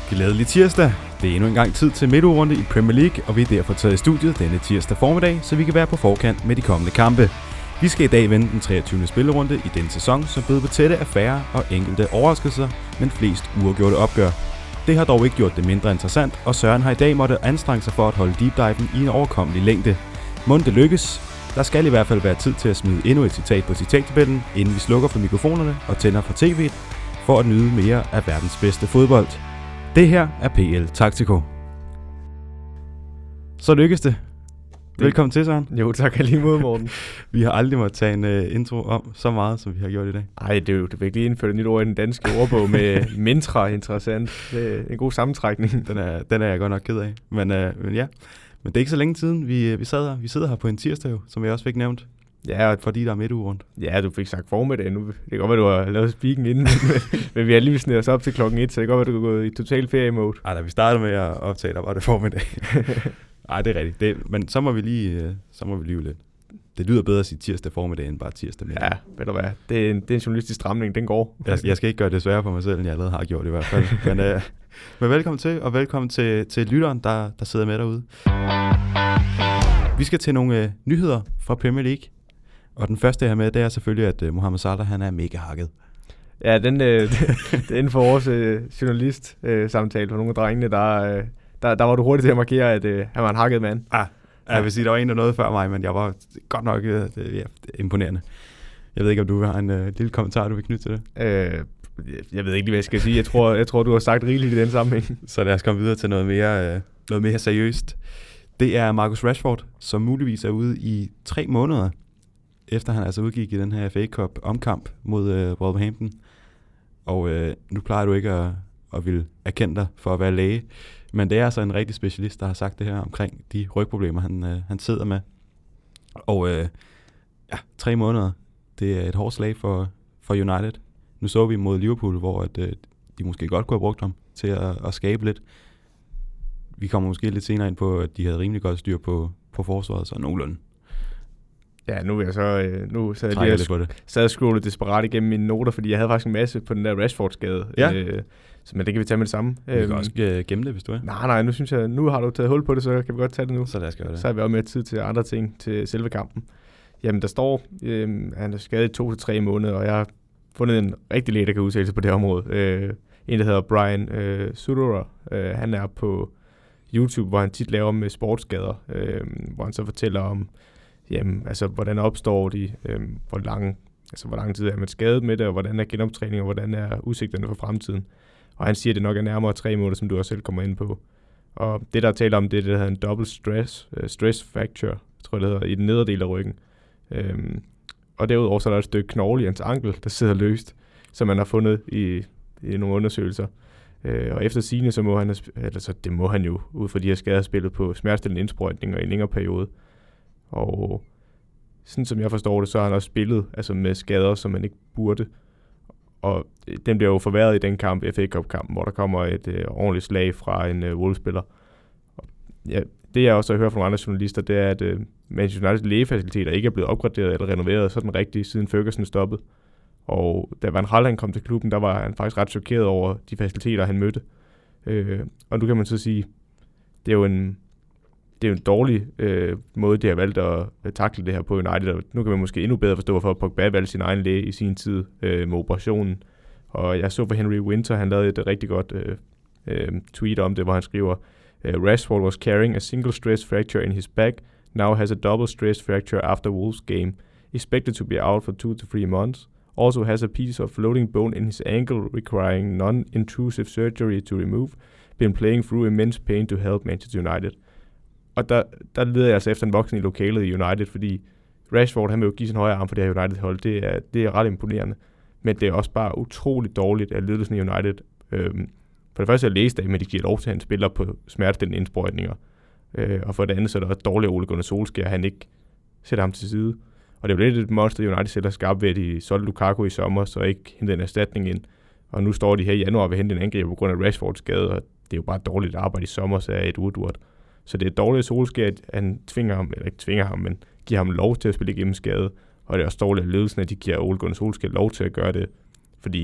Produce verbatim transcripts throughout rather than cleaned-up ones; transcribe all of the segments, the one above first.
Glædelig tirsdag. Det er endnu en gang tid til midtugerunde i Premier League, og vi er derfor taget i studiet denne tirsdag formiddag, så vi kan være på forkant med de kommende kampe. Vi skal i dag vende den treogtyvende spillerunde i denne sæson, som byder på tætte affærer og enkelte overraskelser, men flest uafgjorte opgør. Det har dog ikke gjort det mindre interessant, og Søren har i dag måttet anstrenge sig for at holde deep diven i en overkommelig længde. Må det lykkes? Der skal i hvert fald være tid til at smide endnu et citat på citattabellen, inden vi slukker for mikrofonerne og tænder for tv'et, for at nyde mere af verdens bedste fodbold. Det her er P L Taktiko. Så lykkes det. Velkommen til, Søren. Jo, tak lige mod, Morten. Vi har aldrig måttet tage en uh, intro om så meget, som vi har gjort i dag. Ej, det er jo virkelig indført et nyt ord i den danske ordbog med mindre interessant. Det er en god sammentrækning. Den er, den er jeg godt nok ked af. Men, uh, men ja, men det er ikke så længe siden, vi, vi, sad her. vi sidder her på en tirsdag, jo, som jeg også fik nævnt. Ja, og fordi der er midtuge rundt. Ja, du fik sagt formiddag nu. Det kan godt være, du har lavet speaken inden, men, men vi har lige snedet os op til klokken et, så det kan godt være, du er gået i total ferie-mode. Ej, da vi startede med at optage, der var det formiddag. Ej, det er rigtigt. Det, men så må vi lige, så må vi lige lidt. Det lyder bedre at sige tirsdag formiddag, end bare tirsdag middag. Ja, ved du hvad. Det er en, det er en journalistisk stramning, den går. Jeg, jeg skal ikke gøre det sværere for mig selv, end jeg allerede har gjort i hvert fald. men, øh, men velkommen til, og velkommen til, til lytteren, der, der sidder med derude. Vi skal til nogle øh, nyheder fra Premier League. Og den første her med, det er selvfølgelig, at uh, Mohamed Salah, han er mega hakket. Ja, den, øh, det er inden for vores øh, journalist-samtale øh, for nogle af drengene, der, øh, der, der var du hurtigt til at markere, at øh, han var en hakket mand. Ah, jeg vil sige, der var en, der nåede før mig, men jeg var godt nok øh, ja, imponerende. Jeg ved ikke, om du har en øh, lille kommentar, du vil knytte til det? Øh, jeg ved ikke lige, hvad jeg skal sige. Jeg tror, jeg tror du har sagt rigeligt i den sammenhæng. Så lad os komme videre til noget mere, øh, noget mere seriøst. Det er Marcus Rashford, som muligvis er ude i tre måneder, efter han altså udgik i den her F A Cup omkamp mod øh, Wolverhampton. Og øh, nu plejer du ikke at, at ville erkende dig for at være læge, men det er altså en rigtig specialist, der har sagt det her omkring de rygproblemer, han, øh, han sidder med. Og øh, ja, tre måneder, det er et hårdt slag for, for United. Nu så vi mod Liverpool, hvor at, øh, de måske godt kunne have brugt ham til at, at skabe lidt. Vi kommer måske lidt senere ind på, at de havde rimelig godt styr på, på forsvaret, så nogenlunde. Ja, nu er jeg så øh, nu sad jeg lige og sk- sad og scrollet desperat igennem mine noter, fordi jeg havde faktisk en masse på den der Rashford-skade. Ja. Øh, så men det kan vi tage med det samme. Vi kan også øh, gemme det, hvis du er. Nej, nej, nu synes jeg, nu har du taget hul på det, så kan vi godt tage det nu. Så lad os gøre det. Så har vi også med tid til andre ting, til selve kampen. Jamen, der står, øh, han er skadet i to til tre måneder, og jeg har fundet en rigtig læge, der kan udtale sig på det område. Øh, en, der hedder Brian øh, Sudorer. Øh, han er på YouTube, hvor han tit laver med sportsskader, øh, hvor han så fortæller om, jamen, altså, hvordan opstår de, øhm, hvor, lang, altså, hvor lang tid er man skadet med det, og hvordan er genoptræning, og hvordan er udsigterne for fremtiden. Og han siger, at det nok er nærmere tre måneder, som du også selv kommer ind på. Og det, der taler om, det er det, der hedder en double stress, uh, stress fracture, tror jeg, det hedder, i den nedre del af ryggen. Øhm, og derudover så er der et stykke knogle i hans ankel, der sidder løst, som man har fundet i, i nogle undersøgelser. Øh, og efter sigende, så må han, altså, det må han jo, ud fra de her skader, spillet på smertestillende indsprøjtninger i en længere periode. Og sådan som jeg forstår det, så har han også spillet altså med skader, som man ikke burde. Og den bliver jo forværret i den kamp, F A Cup-kampen, hvor der kommer et øh, ordentligt slag fra en øh, Wolves-spiller. Og, ja, det jeg også har hørt fra nogle andre journalister, det er, at øh, Manchester Uniteds lægefaciliteter ikke er blevet opgraderet eller renoveret sådan rigtigt, siden Ferguson stoppede. Og da Van Gaal kom til klubben, der var han faktisk ret chokeret over de faciliteter, han mødte. Øh, og nu kan man så sige, det er jo en... Det er jo en dårlig øh, måde, de har valgt at, at takle det her på United. Og nu kan man måske endnu bedre forstå, hvorfor Pogba valgte sin egen læge i sin tid øh, med operationen. Og jeg så for Henry Winter, han lavede et rigtig godt øh, øh, tweet om det, hvor han skriver, Rashford was carrying a single stress fracture in his back, now has a double stress fracture after Wolves game, expected to be out for two to three months, also has a piece of floating bone in his ankle requiring non-intrusive surgery to remove, been playing through immense pain to help Manchester United. Og der, der leder jeg altså efter en voksen i lokalet i United, fordi Rashford, han vil jo give sin højre arm for det her United-hold. Det er, det er ret imponerende. Men det er også bare utroligt dårligt, at ledelsen i United, øhm, for det første er læst af, men de giver lov til, at han spiller på smertestillende indsprøjtninger. Øh, og for det andet, så er det også dårligt, at Ole Gunnar Solskjaer, han ikke sætter ham til side. Og det er jo lidt et monster, United selv har skabt ved, at de solgte Lukaku i sommer, så ikke hente en erstatning ind. Og nu står de her i januar ved at hente en angriber på grund af Rashfords skade, og det er jo bare dårligt arbejde i sommer, så er et Woodward. Så det er dårligt Solskjaer, at han tvinger ham, eller ikke tvinger ham, men giver ham lov til at spille igennem skade. Og det er også dårligt af ledelsen, at de giver Ole Gunnar Solskjaer lov til at gøre det. Fordi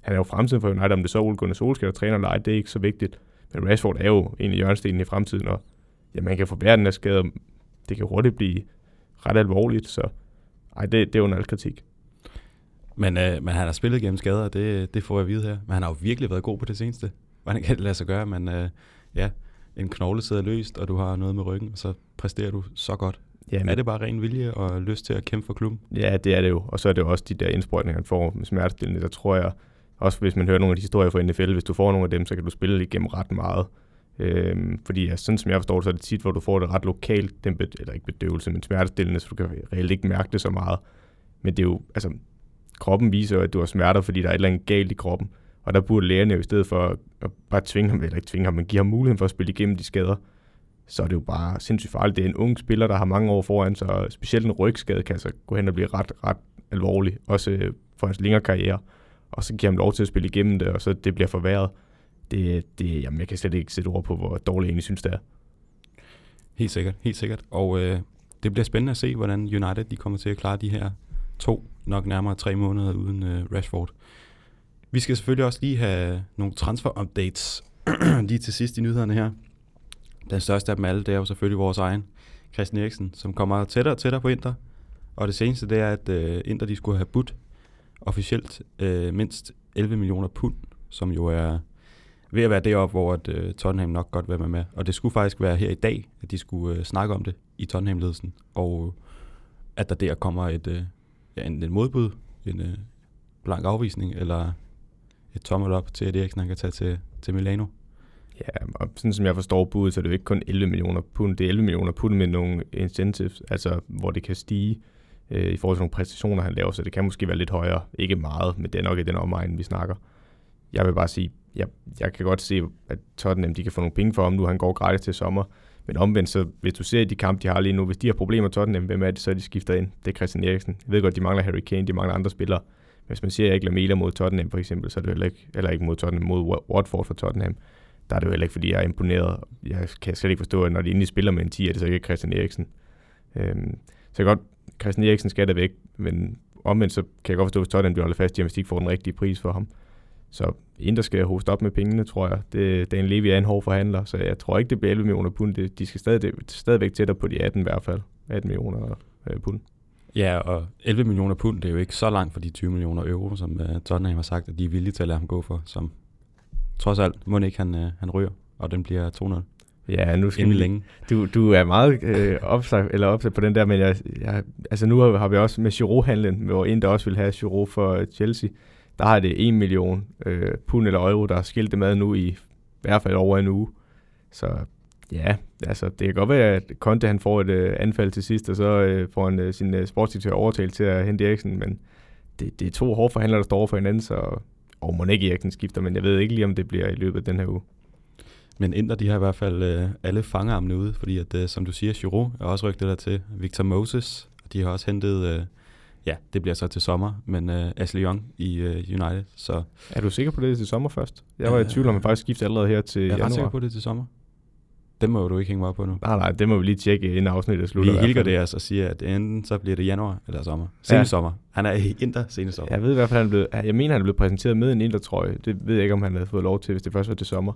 han er jo fremtiden for United, om det så er Ole Gunnar Solskjaer, der træner eller ej, det er ikke så vigtigt. Men Rashford er jo egentlig hjørnestenen i fremtiden, og ja, man kan forværre den her skade. Det kan hurtigt blive ret alvorligt, så ej, det, det er jo en al kritik. Men, øh, men han har spillet gennem skader, det, det får jeg at vide her. Men han har jo virkelig været god på det seneste. Hvordan kan det lade sig gøre? Men øh, ja, en knogle sidder løst, og du har noget med ryggen, og så præsterer du så godt. Jamen, er det bare ren vilje og lyst til at kæmpe for klubben? Ja, det er det jo. Og så er det jo også de der indsprøjtninger, han får med smertestillende. Der tror jeg, også hvis man hører nogle af de historier fra N F L, hvis du får nogle af dem, så kan du spille igennem ret meget. Øhm, fordi ja, sådan som jeg forstår det, så er det tit, hvor du får det ret lokalt, den bed- eller ikke bedøvelse, men smertestillende, så du kan reelt ikke mærke det så meget. Men det er jo, altså, kroppen viser jo, at du har smerter, fordi der er et eller andet galt i kroppen. Og der burde lægerne jo i stedet for at bare tvinge ham, eller ikke tvinge ham, men give ham muligheden for at spille igennem de skader, så er det jo bare sindssygt farligt. Det er en ung spiller, der har mange år foran sig, og specielt en rygskade kan så gå hen og blive ret, ret alvorlig, også for hans længere karriere. Og så giver ham lov til at spille igennem det, og så det bliver forværret. Det, det, jamen, jeg kan slet ikke sætte ord på, hvor dårligt jeg egentlig synes, det er. Helt sikkert, helt sikkert. Og øh, det bliver spændende at se, hvordan United de kommer til at klare de her to, nok nærmere tre måneder uden øh, Rashford. Vi skal selvfølgelig også lige have nogle transfer-updates lige til sidst i nyhederne her. Den største af dem alle, det er jo selvfølgelig vores egen Christian Eriksen, som kommer tættere og tættere på Inter. Og det seneste, det er, at øh, Inter de skulle have budt officielt øh, mindst elleve millioner pund, som jo er ved at være deroppe, hvor at, øh, Tottenham nok godt vil være med. Og det skulle faktisk være her i dag, at de skulle øh, snakke om det i Tottenham-ledelsen. Og at der der kommer et, øh, ja, en, en modbud, en øh, blank afvisning, eller et tommel op til, at Eriksen kan tage til, til Milano. Ja, og sådan som jeg forstår budet, så er det jo ikke kun elleve millioner pund. Det er elleve millioner pund med nogle incentives, altså hvor det kan stige øh, i forhold til nogle præstationer, han laver, så det kan måske være lidt højere. Ikke meget, men det er nok i den omegn, vi snakker. Jeg vil bare sige, jeg, jeg kan godt se, at Tottenham de kan få nogle penge for ham nu, han går gratis til sommer. Men omvendt, så hvis du ser de kampe, de har lige nu, hvis de har problemer Tottenham, hvem er det, så er de skifter ind? Det er Christian Eriksen. Jeg ved godt, de mangler Harry Kane, de mangler andre spillere. Men hvis man ser ikke Lamela mod Tottenham for eksempel, så er det heller ikke, eller ikke mod Tottenham, mod Watford for Tottenham. Der er det jo heller ikke, fordi jeg er imponeret. Jeg kan slet ikke forstå, at når de endelig spiller med en ti, er det så ikke Christian Eriksen. Øhm, så jeg godt, Christian Eriksen skal der væk, men omvendt så kan jeg godt forstå, hvis Tottenham bliver holdt fast i, hvis de ikke får den rigtige pris for ham. Så Inter skal hoste op med pengene, tror jeg. Det, Dan Levy er en hård forhandler, så jeg tror ikke, det bliver elleve millioner pund. Det, de skal stadig, stadigvæk tættere på de atten i hvert fald. atten millioner øh, pund. Ja, og elleve millioner pund, det er jo ikke så langt for de tyve millioner euro, som uh, Tottenham har sagt, at de er villige til at lade ham gå for, som trods alt må ikke han, uh, han ryger, og den bliver to nul. Ja, nu skal vi længe. Du, du er meget øh, opsat, eller opsat på den der, men jeg, jeg, altså nu har vi også med Giroud-handlen, hvor Inter også vil have Giroud for Chelsea. Der har det en million øh, pund eller euro, der er skilt det med nu i, i hvert fald over en uge. Så ja, altså det kan godt være, at Conte han får et øh, anfald til sidst, og så øh, får han øh, sin øh, sportsdirektør overtalt til at hente Eriksen, men det, det er to hårde forhandlere, der står over for hinanden, så og må ikke Eriksen skifter, men jeg ved ikke lige, om det bliver i løbet af den her uge. Men Inter, de har i hvert fald øh, alle fangerarmene ude, fordi at, øh, som du siger, Giroud er også rygtet der til, Victor Moses, og de har også hentet, øh, ja, det bliver så til sommer, men øh, Ashley Young i øh, United, så... Er du sikker på det til sommer først? Jeg var i tvivl om, man faktisk skifter allerede her til januar. Jeg er ret sikker på det til sommer. Det må du ikke hænge mig op på nu. Nej, nej, det må vi lige tjekke, inden afsnittet slutter. Vi hilker det altså og siger, at enten så bliver det januar eller sommer. Senest sommer. Ja. Han er i Inter senest sommer. Jeg ved i hvert fald, han er blevet, jeg mener, han er blevet præsenteret med en Inter-trøje. Det ved jeg ikke, om han havde fået lov til, hvis det først var til sommer.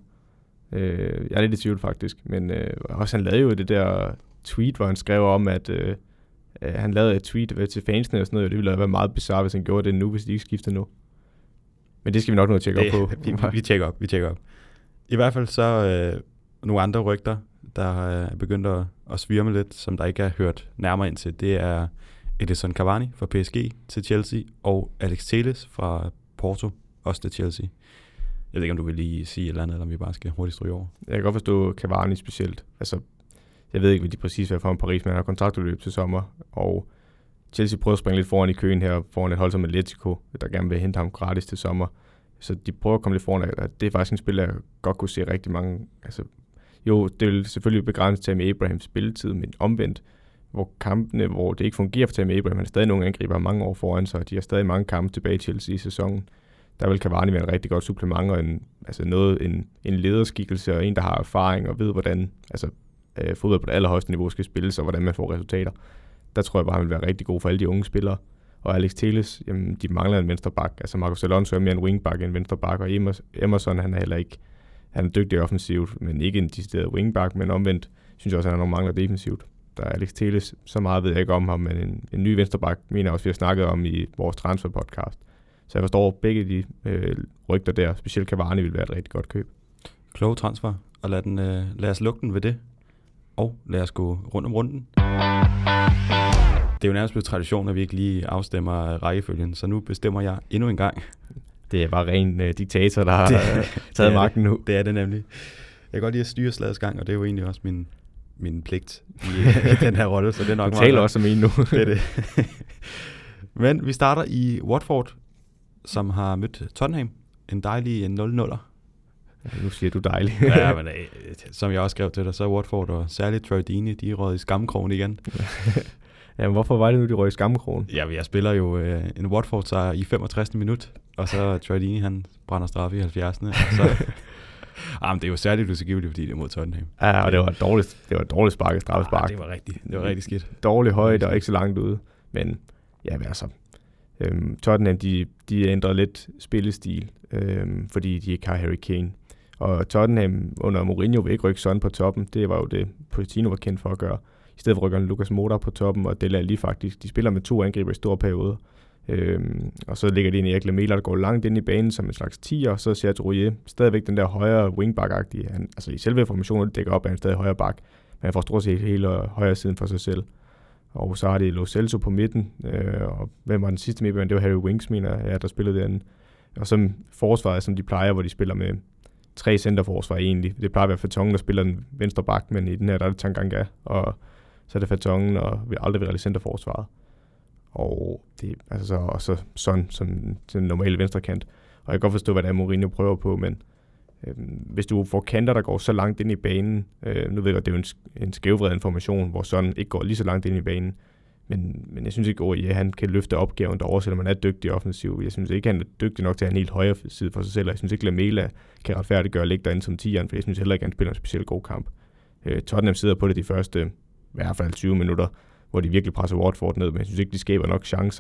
Øh, jeg er lidt i tvivl faktisk. Men øh, også han lavede jo det der tweet, hvor han skrev om, at øh, han lavede et tweet til fansene og sådan noget. Det ville være meget bizarre, hvis han gjorde det nu, hvis de ikke skifter nu. Men det skal vi nok nå at tjekke det, op på. vi, vi tjekker op, vi tjekker op. I hvert fald så øh, nogle andre rygter, der er begyndt at, at svirme lidt, som der ikke er hørt nærmere ind til. Det er Edinson Cavani fra P S G til Chelsea, og Alex Telles fra Porto, også til Chelsea. Jeg ved ikke, om du vil lige sige et eller andet, eller om vi bare skal hurtigt stryge over. Jeg kan godt forstå Cavani specielt. Altså, jeg ved ikke, hvad de præcis vil for en Paris, men han har kontraktudløb til sommer, og Chelsea prøver at springe lidt foran i køen her, foran et hold som Atletico, der gerne vil hente ham gratis til sommer. Så de prøver at komme lidt foran. Det er faktisk en spiller, jeg godt kunne se rigtig mange... Altså, jo, det vil selvfølgelig begrænse til med Abrahams spilletid, men omvendt, hvor kampene, hvor det ikke fungerer for Tammy Abraham, han er stadig nogle angriber mange år foran sig, og de har stadig mange kampe tilbage i Chelsea i sæsonen. Der vil Cavani være en rigtig godt supplement, og en, altså noget, en, en lederskikkelse, og en, der har erfaring og ved, hvordan altså, øh, fodbold på det allerhøjeste niveau skal spilles, og hvordan man får resultater. Der tror jeg bare, han vil være rigtig god for alle de unge spillere. Og Alex Telles, jamen, de mangler en venstre bak. Altså Marcos Alonso er mere en wingback end venstre bak, og Emerson, han er heller ikke, han er dygtig offensivt, men ikke en decideret wingback, men omvendt synes jeg også, at han har nogle mangler defensivt. Der er Alex Telles, så meget ved jeg ikke om ham, men en, en ny venstre bak, mener jeg også, vi har snakket om i vores transferpodcast. Så jeg forstår begge de øh, rygter der, specielt Cavani vil være et rigtig godt køb. Kloge transfer, og lad, den, øh, lad os lukke den ved det, og lad os gå rundt om runden. Det er jo nærmest blevet tradition, at vi ikke lige afstemmer rækkefølgen, så nu bestemmer jeg endnu en gang. Det er bare ren uh, diktator, der har taget magten nu. Det er det nemlig. Jeg kan godt lide at styre slagets gang, og det er jo egentlig også min, min pligt i, i den her rolle, så det er nok du taler også som en nu. Det er det. Men vi starter i Watford, som har mødt Tottenham. En dejlig nul nuller. Ja, nu siger du dejlig. Ja, men som jeg også skrev til dig, så er Watford og særligt Troy Deeney, de er røget i skammekrogen igen. Jamen, hvorfor var det nu, de røg i skammekrogen? Ja, jeg spiller jo øh, en Watford-sejr i femogtreds minut, og så Troy Deeney, han brænder straffe i halvfjerdserne. Så ah, men det er jo særligt usigeligt, fordi det er mod Tottenham. Ja, og det var et dårligt, det var et dårligt spark, straffespark. Ja, det var rigtig, det var rigtig skidt. Dårlig højde og ikke så langt ude, men ja, hvad altså. Øhm, Tottenham, de, de ændrer lidt spillestil, øhm, fordi de ikke har Harry Kane. Og Tottenham under Mourinho vil ikke rykke sådan på toppen. Det var jo det, Pochettino var kendt for at gøre. I stedet for rykker Lucas Moura på toppen, og Dele Alli faktisk. De spiller med to angriber i store perioder. Øhm, og så ligger de ind i Erik Lamela, der går langt ind i banen som en slags tier, og så ser Aurier stadigvæk den der højre wingback-agtige. Han, altså i selve formationen dækker op, er han stadig højre bak, men han får stort set hele højre siden for sig selv. Og så har de Lo Celso på midten, øh, og hvem var den sidste midtbane? Det var Harry Winks, mener jeg, der spillede derinde. Og så forsvaret, som de plejer, hvor de spiller med tre centerforsvar egentlig. Det plejer at være Vertonghen, der spiller den venstre bak, men i den her, der er det Tanganga, og så er det Vertonghen, og vil aldrig være i centerforsvaret. Og det altså så også sådan som den normale venstre kant. Og jeg kan godt forstå, hvad det er, Mourinho prøver på, men øh, hvis du får kanter, der går så langt ind i banen, øh, nu ved jeg godt, det er jo en, en skævvredet information, hvor sådan ikke går lige så langt ind i banen, men, men jeg synes ikke, at ja, han kan løfte opgaven derovre, selvom man er dygtig offensiv. Jeg synes ikke, han er dygtig nok til at have en helt højre side for sig selv, og jeg synes ikke, Lamela kan retfærdiggøre at ligge derinde som tieren, for jeg synes heller ikke, at han spiller en specielt god kamp. Øh, Tottenham sidder på det de første, i hvert fald tyve minutter, hvor de virkelig presser Watford ned, men jeg synes ikke, de skaber nok chancer.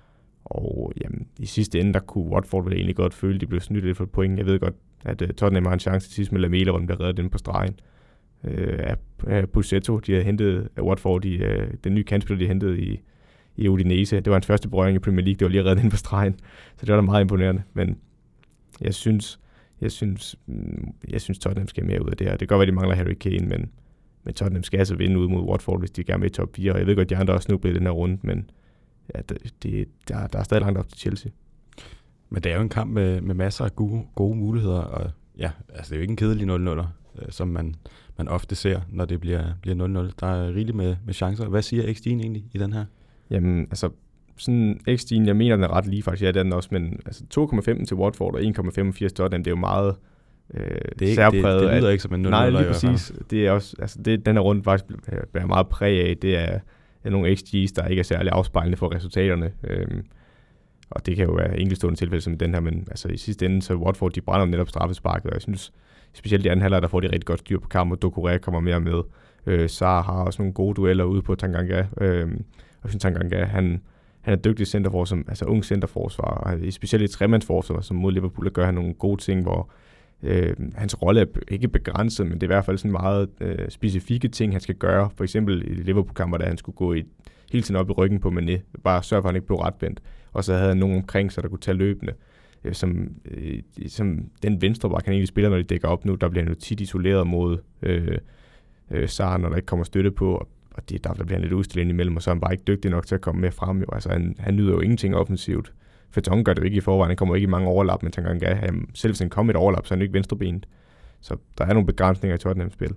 Og jamen, i sidste ende, der kunne Watford vel egentlig godt føle, at de blev snydt lidt for et point. Jeg ved godt, at uh, Tottenham har en chance til sidst med Lamela, hvor den bliver reddet inde på stregen. Uh, af, af Pusetto, de har hentet af Watford, i, uh, den nye kantspiller, de har hentet i, i Udinese. Det var hans første berøring i Premier League, det var lige reddet inde på stregen. Så det var da meget imponerende. Men jeg synes, jeg synes, jeg synes Tottenham skal mere ud af det her. Det kan godt være, de mangler Harry Kane, men Men Tottenham skal altså vinde ud mod Watford, hvis de gerne vil i top fire. Og jeg ved godt, at de andre også snublet i den her runde, men ja, det, der, der er stadig langt op til Chelsea. Men det er jo en kamp med, med masser af gode, gode muligheder, og ja, altså det er jo ikke en kedelig nul nuller, som man, man ofte ser, når det bliver, bliver nul nul. Der er rigeligt med, med chancer. Hvad siger X G'en egentlig i den her? Jamen, altså, sådan X G'en, jeg mener, den er ret lige faktisk. Ja, det er den også, men altså to komma femten til Watford og en komma femogfirs til Tottenham, det er jo meget Øh, det, er ikke, det, det lyder ikke som en nul nul. Nej, lige præcis. Det er også, altså det, den her runde faktisk bliver meget præg af. Det er, er nogle X G's, der ikke er særlig afspejlende for resultaterne. Øhm, og det kan jo være enkeltstående tilfælde som den her, men altså i sidste ende, så Watford, de brænder netop straffesparket, og jeg synes, specielt i anden halvleg, der får de rigtig godt styr på kampen, og Doucouré kommer mere med. Øh, Sarr har også nogle gode dueller ude på Tanganga, øhm, og jeg synes, Tanganga, han, han er dygtig centerforsvar, altså ung centerforsvar, og specielt i tremandsforsvar, som mod Liverpool, der gør han nogle gode ting, hvor Øh, hans rolle er ikke begrænset, men det er i hvert fald sådan meget øh, specifikke ting, han skal gøre. For eksempel i Liverpool-kamper, da han skulle gå i, hele tiden op i ryggen på Mané, bare sørge for, at han ikke blev retvendt. Og så havde han nogen omkring sig, der kunne tage løbende. Øh, som, øh, som den venstre bare kan egentlig spille, når de dækker op nu. Der bliver han jo tit isoleret mod øh, øh, Sarr, når der ikke kommer støtte på. Og det, der, der bliver han lidt udstillet imellem, og så er han bare ikke dygtig nok til at komme med frem. Jo. Altså, han, han nyder jo ingenting offensivt. Vertonghen gør det jo ikke i forvejen, han kommer ikke i mange overlap, men Tanganga, han, selv hvis han kommer i et overlap, så er han ikke venstrebenet. Så der er nogle begrænsninger i Tottenhams spil.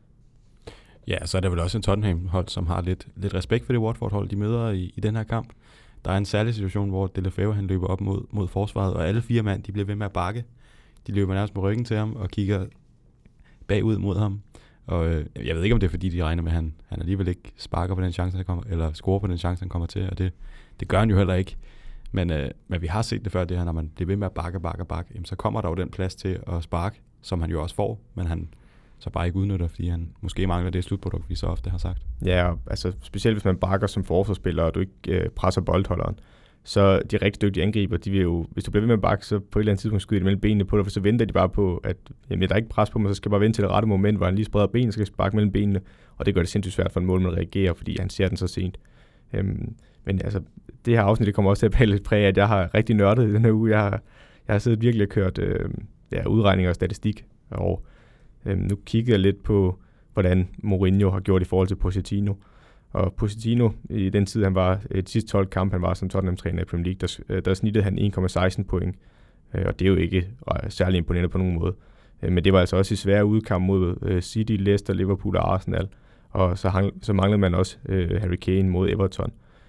Ja, så er der vel også en Tottenham-hold, som har lidt, lidt respekt for det Watford-hold, de møder i, i den her kamp. Der er en særlig situation, hvor Deulofeu, han løber op mod, mod forsvaret, og alle fire mand, de bliver ved med at bakke. De løber nærmest med ryggen til ham og kigger bagud mod ham. Og øh, jeg ved ikke, om det er, fordi de regner med, at han, han alligevel ikke sparker på den chance, han kommer, eller scorer på den chance, han kommer til, og det, det gør han jo heller ikke. Men, øh, men vi har set det før, det her, når man bliver ved med at bakke, bakke, bakke, jamen, så kommer der jo den plads til at sparke, som han jo også får, men han så bare ikke udnytter, fordi han måske mangler det slutprodukt, vi så ofte har sagt. Ja, altså specielt hvis man bakker som forsvarsspiller, og du ikke øh, presser boldholderen, så de rigtig dygtige angriber, de vil jo, hvis du bliver ved med at bakke, så på et eller andet tidspunkt skyder de mellem benene på dig, for så venter de bare på, at jamen, der er ikke pres på mig, så skal jeg bare vente til det rette moment, hvor han lige spreder benene, så skal jeg sparke mellem benene, og det gør det sindssygt svært for en målmand at reagere, fordi han ser den så sent. Øhm, men altså, det her afsnit, det kommer også til at bære lidt præg af, at jeg har rigtig nørdet i den her uge. Jeg har, jeg har siddet virkelig og kørt øh, ja, udregninger og statistik, og øh, nu kigger jeg lidt på, hvordan Mourinho har gjort i forhold til Pochettino. Og Pochettino, i den tid, han var et sidste tolv kamp, han var som Tottenham-træner i Premier League, der, der snittede han en komma seksten point, og det er jo ikke særlig imponerende på nogen måde. Men det var altså også i svære udkamp mod City, Leicester, Liverpool og Arsenal, og så, hang, så manglede man også uh, Harry Kane mod Everton.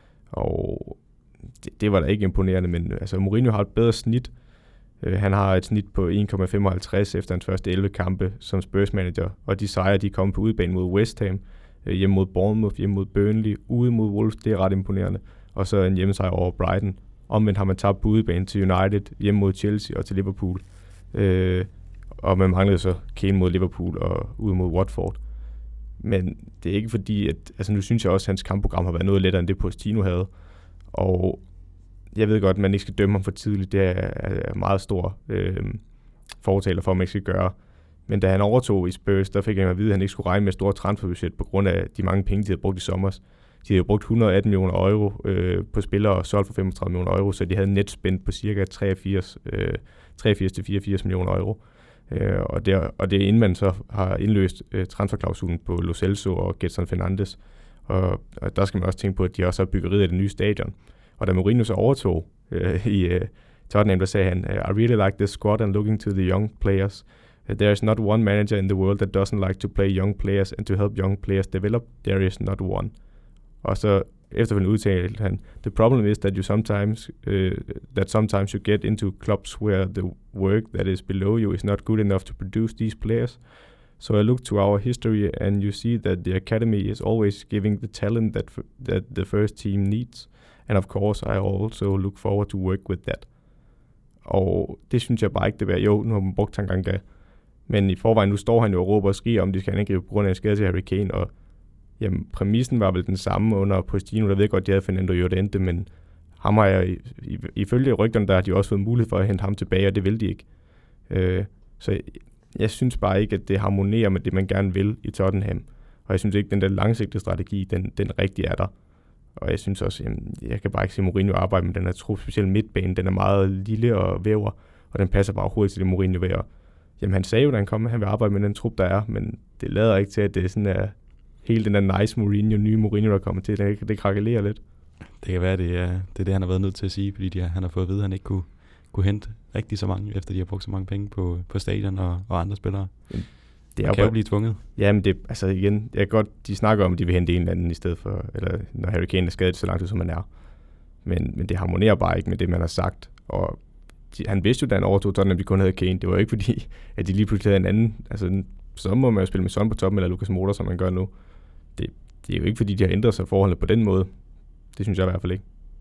Og det, det var da ikke imponerende, men altså, Mourinho har et bedre snit. Uh, han har et snit på en komma femoghalvtreds efter hans første elleve kampe som Spurs-manager, og de sejre, de kom på udebane mod West Ham, hjemme mod Bournemouth, hjemme mod Burnley, ude mod Wolves, det er ret imponerende. Og så en hjemmesejr over Brighton. Omvendt har man tabt på udebane til United, hjemme mod Chelsea og til Liverpool. Øh, og man manglede så Kane mod Liverpool og ude mod Watford. Men det er ikke fordi, at altså nu synes jeg også, at hans kampprogram har været noget lettere end det Pochettino havde. Og jeg ved godt, at man ikke skal dømme ham for tidligt. Det er, er meget stor øh, fortaler for, at man ikke skal gøre. Men da han overtog i Spurs, der fik han at vide, at han ikke skulle regne med et stort transferbudget på grund af de mange penge, de havde brugt i sommer. De havde jo brugt et hundrede og atten millioner euro øh, på spillere og solgt for femogtredive millioner euro, så de havde net spændt på cirka treogfirs til fireogfirs millioner euro. Øh, og, det, og det er inden man så har indløst øh, transferklausulen på Lo Celso og Gedson Fernandes. Og, og der skal man også tænke på, at de også har byggeriet af det nye stadion. Og da Mourinho så overtog øh, i øh, Tottenham, der sagde han, I really like this squad and looking to the young players. There is not one manager in the world that doesn't like to play young players and to help young players develop. There is not one. Og så efterfølgende udtalte han, the problem is that you sometimes uh, that sometimes you get into clubs where the work that is below you is not good enough to produce these players. So I look to our history and you see that the academy is always giving the talent that f- that the first team needs. And of course I also look forward to work with that. Og det synes jeg bare ikke, det var. Jo, nu har man brugt en gang da. Men i forvejen, nu står han jo og råber og skriger om, de skal angribe på grund af en skade til Harry Kane, og jamen, præmissen var vel den samme under Pochettino, der ved godt, de havde Fernando Llorente, men ham har jeg, ifølge rygterne, der har de også fået mulighed for at hente ham tilbage, og det vil de ikke. Øh, så jeg, jeg synes bare ikke, at det harmonerer med det, man gerne vil i Tottenham, og jeg synes ikke, at den der langsigtede strategi, den, den rigtige er der. Og jeg synes også, jamen, jeg kan bare ikke se Mourinho arbejde med den her trup, specielt midtbanen, den er meget lille og væver, og den passer bare overhovedet til det Mourinho ved at jamen han sagde jo, da han kom, at han vil arbejde med den trup, der er, men det lader ikke til, at det er sådan er hele den der nice Mourinho, nye Mourinho, der kommer til. Det, det krakelerer lidt. Det kan være, det er, det er det, han har været nødt til at sige, fordi de har, han har fået at vide, at han ikke kunne, kunne hente rigtig så mange, efter de har brugt så mange penge på, på stadion og, og andre spillere. Det er jo kan jo blive tvunget. Jamen, det, altså igen, jeg kan godt, de snakker om, at de vil hente en eller anden i stedet for, eller når Harry Kane er skadet så langt ud, som han er. Men, men det harmonerer bare ikke med det, man har sagt, og han vidste jo, da han overtog Tottenham, at de kun havde Kane. Det var jo ikke fordi, at de lige pludselig havde en anden. Altså, så må man jo spille med Son på toppen, eller Lucas Moura, som man gør nu. Det, det er jo ikke fordi, de har ændret sig forholdene på den måde. Det synes jeg i hvert fald ikke.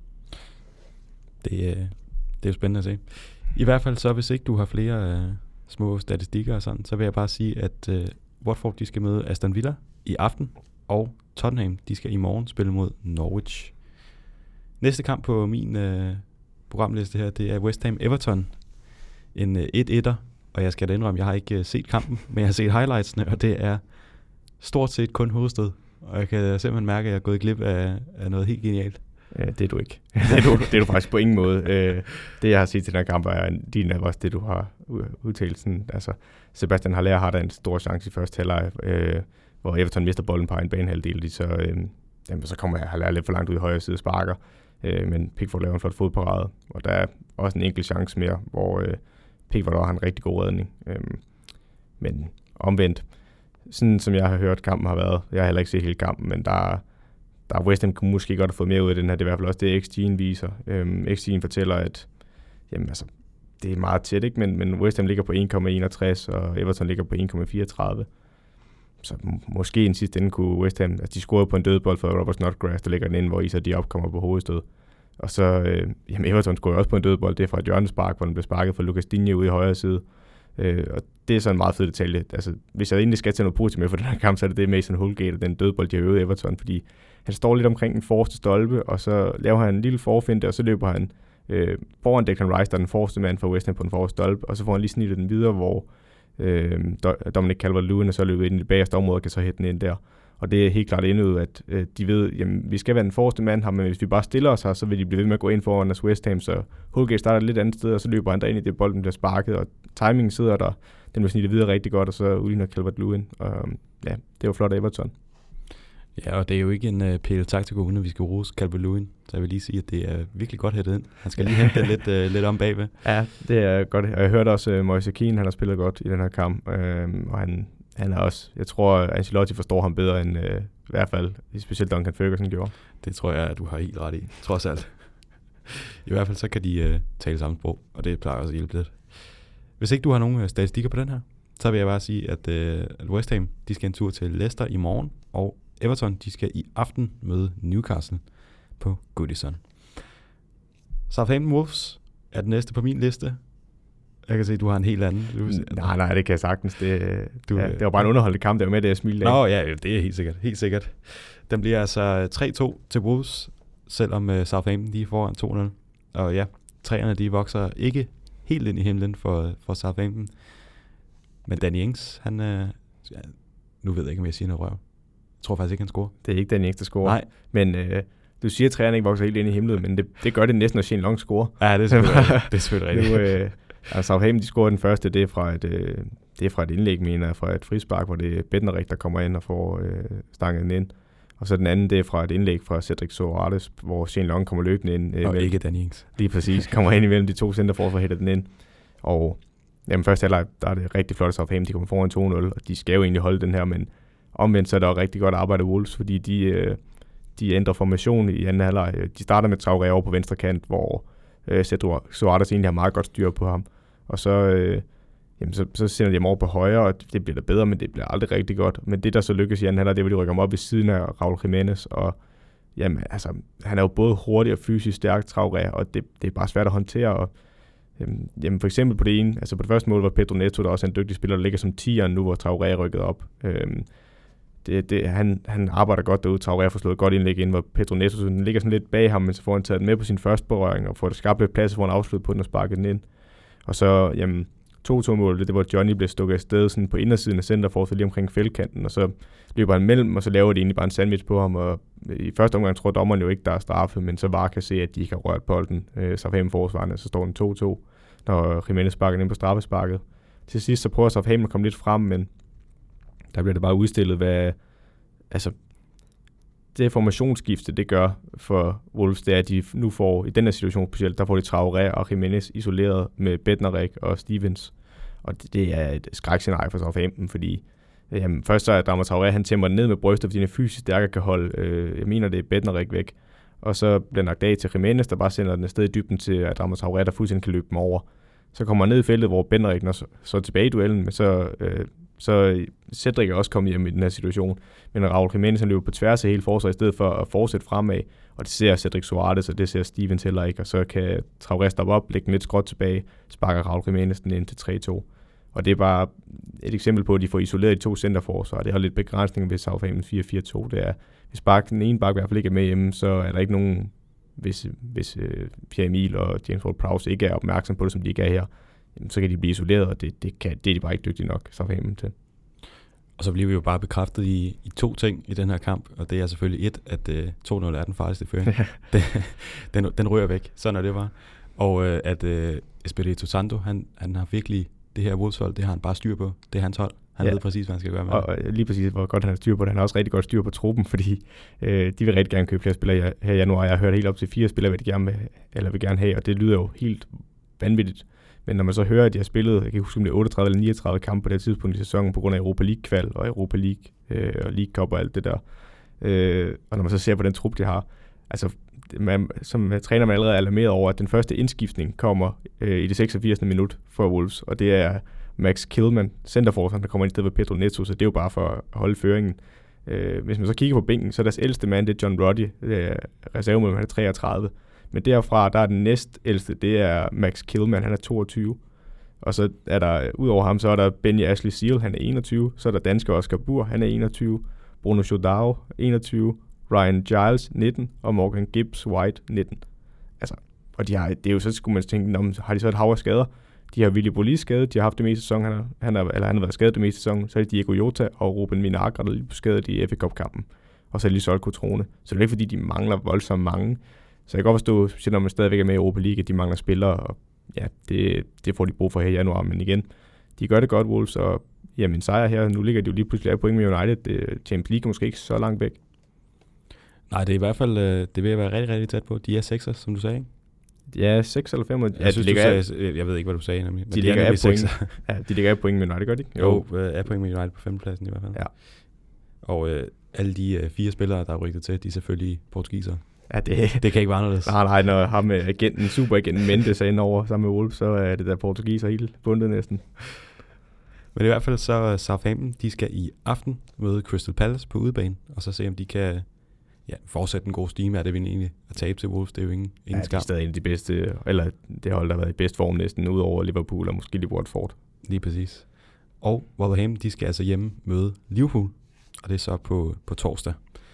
Det, det er jo spændende at se. I hvert fald så, hvis ikke du har flere uh, små statistikker og sådan, så vil jeg bare sige, at uh, Watford, de skal møde Aston Villa i aften, og Tottenham, de skal i morgen spille mod Norwich. Næste kamp på min uh, programliste her, det er West Ham Everton. En uh, et-etter, og jeg skal da indrømme, jeg har ikke uh, set kampen, men jeg har set highlightsene, og det er stort set kun hovedstød. Og jeg kan simpelthen mærke, at jeg er gået glip af, af noget helt genialt. Ja, det er du ikke. det, er du, det er du faktisk på ingen måde. Øh, det, jeg har set til den her kamp, er din af også det, du har udtalt. Sådan, altså, Sebastian Haller har da en stor chance i første halvleg, øh, hvor Everton mister bolden på en banehalvdel. Så, øh, jamen, så kommer Haller lidt for langt ud i højre side og sparker. Øh, men Pickford laver en flot fodparade. Og der er også en enkelt chance mere, hvor øh, Pickford har en rigtig god redning. Øh, men omvendt, sådan som jeg har hørt kampen har været, jeg har heller ikke set hele kampen, men der er Der er West Ham kunne måske godt have fået mere ud af den her. Det er i hvert fald også det, X G'en viser. Øhm, X G'en fortæller, at jamen, altså, det er meget tæt, ikke? Men, men West Ham ligger på en komma enogtres, og Everton ligger på en komma fireogtredive. Så m- måske i en sidste ende kunne West Ham, altså de scorede på en dødbold for Robert Snodgrass, der ligger den inde, hvor Issa Diop kommer på hovedstød. Og så, øh, jamen Everton scorede også på en dødbold, det er fra et hjørnespark, hvor den blev sparket fra Lucas Digne ude i højre side. Øh, og det er så en meget fed detalje. Altså, hvis jeg egentlig skal til noget positivt med for den her kamp, så er det det Mason Holgate og den dødbold, de har øvet Everton, fordi han står lidt omkring den forreste stolpe, og så laver han en lille forfinte, og så løber han øh, foran Declan Rice, der er den forreste mand for West Ham på den forreste stolpe, og så får han lige snittet den videre, hvor øh, Dominic Calvert-Lewin er så løbet ind i det bagerste område og kan så hætte den ind der. Og det er helt klart indøvet, at øh, de ved, jamen vi skal være den forreste mand her, men hvis vi bare stiller os her, så vil de blive ved med at gå ind foran os West Ham, så Holgate starter et lidt andet sted, og så løber han der ind i det, bolden bliver sparket, og timingen sidder der, den vil snittet videre rigtig godt, og så udligner Calvert-Lewin. Og ja, det var flot af Everton. Ja, og det er jo ikke en uh, pæl taktiko, uden at vi skal rose Calvert-Lewin, så jeg vil lige sige, at det er virkelig godt hættet ind. Han skal lige hente lidt, uh, lidt om bagved. Ja, det er godt. Og jeg hørte også uh, Moise Kean, han har spillet godt i den her kamp, øh, og han Han er også, jeg tror, at Ancelotti forstår ham bedre end øh, i hvert fald, specielt Duncan Ferguson gjorde. Det tror jeg, at du har helt ret i, trods alt. I hvert fald så kan de øh, tale samme sprog, og det plejer også at hjælpe lidt. Hvis ikke du har nogen øh, statistikker på den her, så vil jeg bare sige, at, øh, at West Ham, de skal en tur til Leicester i morgen, og Everton, de skal i aften møde Newcastle på Goodison. Southampton Wolves er den næste på min liste. Jeg kan se, at du har en helt anden. Du nej, nej, det kan jeg sagtens. Det, du, ja, det var bare en underholdende kamp, der var med det, jeg smilte af. Nå ja, det er helt sikkert. Helt sikkert. Den bliver altså tre to til Wolves, selvom uh, Southampton de er foran to nul. Og ja, træerne de vokser ikke helt ind i himlen for, for Southampton. Men Danny Ings, han... Uh, ja, nu ved jeg ikke, om jeg siger noget røv. Jeg tror faktisk ikke, han scorer. Det er ikke Danny Ings, der scorer. Nej. Men uh, du siger, at træerne ikke vokser helt ind i himlen, men det, det gør det næsten, når Shane Long scorer. Ja, det er selvfølgelig, det er selvfølgelig rigtigt. Nu, uh, altså Southampton, de scorer den første, det er fra et, øh, det er fra et indlæg, mener jeg, fra et frispark, hvor det er Bednarek, der kommer ind og får øh, stanget den ind. Og så den anden, det er fra et indlæg fra Cedric Soares, hvor Shane Long kommer løbende ind. Øh, og ikke Danny Ings. Lige præcis, kommer ind imellem de to centerforsvar og hætter den ind. Og jamen, første halvleg, der er det rigtig flot, at Southampton de kommer foran to nul, og de skal jo egentlig holde den her, men omvendt så er der også rigtig godt arbejde af Wolves, fordi de, øh, de ændrer formation i anden halvleg. De starter med Traoré over på venstre kant, hvor øh, Cedric Soares egentlig har meget godt styr på ham. Og så, øh, jamen, så, så sender de ham over på højre, og det bliver da bedre, men det bliver aldrig rigtig godt. Men det, der så lykkes i anden halvleg, det er, hvor de rykker ham op ved siden af Raul Jimenez. Og jamen, altså, han er jo både hurtig og fysisk stærk, Traoré, og det, det er bare svært at håndtere. Og, jamen, jamen, for eksempel på det ene, altså på det første mål var Pedro Neto, der også er en dygtig spiller, der ligger som tieren nu, hvor Traoré er rykket op. Øhm, det, det, han, han arbejder godt derude, Traoré får slået godt indlæg ind, hvor Pedro Neto så den ligger sådan lidt bag ham, men så får han taget den med på sin første berøring, og får det skabt lidt plads, hvor han afslutter på den og sparker den ind. Og så, jamen, to to mål, det, det var Johnny blev stukket afsted sådan på indersiden af centerforsvaret lige omkring feltkanten, og så løber han mellem, og så laver de egentlig bare en sandwich på ham, og i første omgang tror dommeren jo ikke, der er straffe, men så bare kan se, at de ikke har rørt bolden, øh, Southampton forsvarende, så står den to to, når Jimenez sparker ind på straffesparket. Til sidst så prøver Southampton at komme lidt frem, men der bliver det bare udstillet, hvad, altså, det formationsskifte, det gør for Wolves, det er, at de nu får, i den her situation specielt, der får de Traoré og Jimenez isoleret med Bednarek og Stevens. Og det, det er et skrækscenarie for Southampton, fordi jamen, først så er Adama Traoré, han tæmmer ned med brystet, fordi han er fysisk stærkere kan holde, øh, jeg mener, det er Bednarek væk. Og så bliver lagt af til Jimenez, der bare sender den afsted i dybden til Adama Traoré, der fuldstændig kan løbe dem over. Så kommer han ned i feltet, hvor Bednarek når så, så tilbage i duellen, men så... Øh, Så Cedric er også kommet hjem i den her situation. Men Raul Jimenez han løber på tværs af hele forsvaret, i stedet for at fortsætte fremad. Og det ser Cedric Soares, og det ser Stevens heller ikke. Og så kan Traoré stoppe op, lægge den lidt skråt tilbage, sparker Raul Jimenez den ind til tre to. Og det er bare et eksempel på, at de får isoleret de to centerforsvar. Det har lidt begrænsninger ved Southampton fire fire to. Det er, hvis bak, den ene bak i hvert fald ikke er med hjemme, så er der ikke nogen, hvis, hvis uh, Pierre Emil og James Ward-Prowse ikke er opmærksom på det, som de ikke er her, så kan de blive isoleret, og det, det, kan, det er de bare ikke dygtige nok, Southampton til. Og så bliver vi jo bare bekræftet i, i to ting i den her kamp, og det er selvfølgelig et, at uh, to nul er den farligste føring. den, den, den rører væk, sådan er det bare. Og uh, at uh, Espirito Santo, han, han har virkelig det her Wolves-hold, det har han bare styr på. Det er hans hold. Han ja. ved præcis, hvad han skal gøre med. Og, og lige præcis, hvor godt han har styr på det. Han har også rigtig godt styr på truppen, fordi øh, de vil rigtig gerne købe flere spillere her i januar. Jeg har hørt helt op til fire spillere, vil de gerne, med, eller vil gerne have, og det lyder jo helt vanvittigt. Men når man så hører, at de har spillet, jeg kan ikke huske, om det er otteogtredive eller niogtredive kampe på det tidspunkt i sæsonen, på grund af Europa League-kval og Europa League øh, og League Cup og alt det der. Øh, og når man så ser på den trup, de har, altså man, som træner man allerede alarmeret over, at den første indskiftning kommer øh, i det seksogfirsende minut for Wolves, og det er Max Kilman, centerforsvarer, der kommer ind i stedet for Pedro Neto, så det er jo bare for at holde føringen. Øh, hvis man så kigger på bænken, så er deres ældste mand, det er John Roddy, det er reservemål, han er treogtredive. Men derfra, der er den næst ældste, det er Max Kilman, han er toogtyve. Og så er der, ud over ham, så er der Benny Ashley Seal, han er enogtyve. Så er der danske Oscar Bur, han er enogtyve. Bruno Jordao, enogtyve. Ryan Giles, nitten. Og Morgan Gibbs White, nitten. Altså, og de har, det er jo så, skulle man tænke, om, har de så et hav af skader? De har Willy Bolis skadet, de har haft det meste sæson, han har, han har, eller han har været skadet det meste sæson. Så er det Diego Jota og Ruben Vinagre, der lige skadet i F A Cup-kampen. Og så er det lige solgt Cotrone. Så det er ikke, fordi de mangler voldsomt mange. Så jeg kan godt forstå, specielt når man stadigvæk er med i Europa League, at de mangler spillere, og ja, det, det får de brug for her i januar. Men igen, de gør det godt, Wolves, og jamen sejr her, nu ligger de jo lige pludselig af point med United. Champions League er måske ikke så langt væk. Nej, det er i hvert fald, det vil være rigtig, rigtig tæt på. De er sekser, som du sagde, ikke? Ja, seks eller fem. Jeg, ja, synes, de ligger du sagde, jeg ved ikke, hvad du sagde, nemlig. De, de ligger af point. Ja, de ligger af point med United, gør de ikke? Jo, jo af point med United på femtepladsen i hvert fald. Ja. Og øh, alle de øh, fire spillere, der er rygtet til, de er selvfølgelig portugisere. Ja, det, det kan ikke være anderledes. Nej, nej, når ham med agenten, superagenten Mendes er inde over sammen med Wolves, så er det der portugiser helt bundet næsten. Men i hvert fald så Southampton, de skal i aften møde Crystal Palace på udebane, og så se om de kan ja, fortsætte en god stime af det, vi egentlig at tabe til Wolves. Det er jo ingen, ingen ja, skam. det er stadig en af de bedste, eller det hold, der har været i bedst form næsten, ud over Liverpool og måske lige Watford. Lige præcis. Og Wolverhampton, de skal altså hjemme møde Liverpool, og det er så på, på torsdag.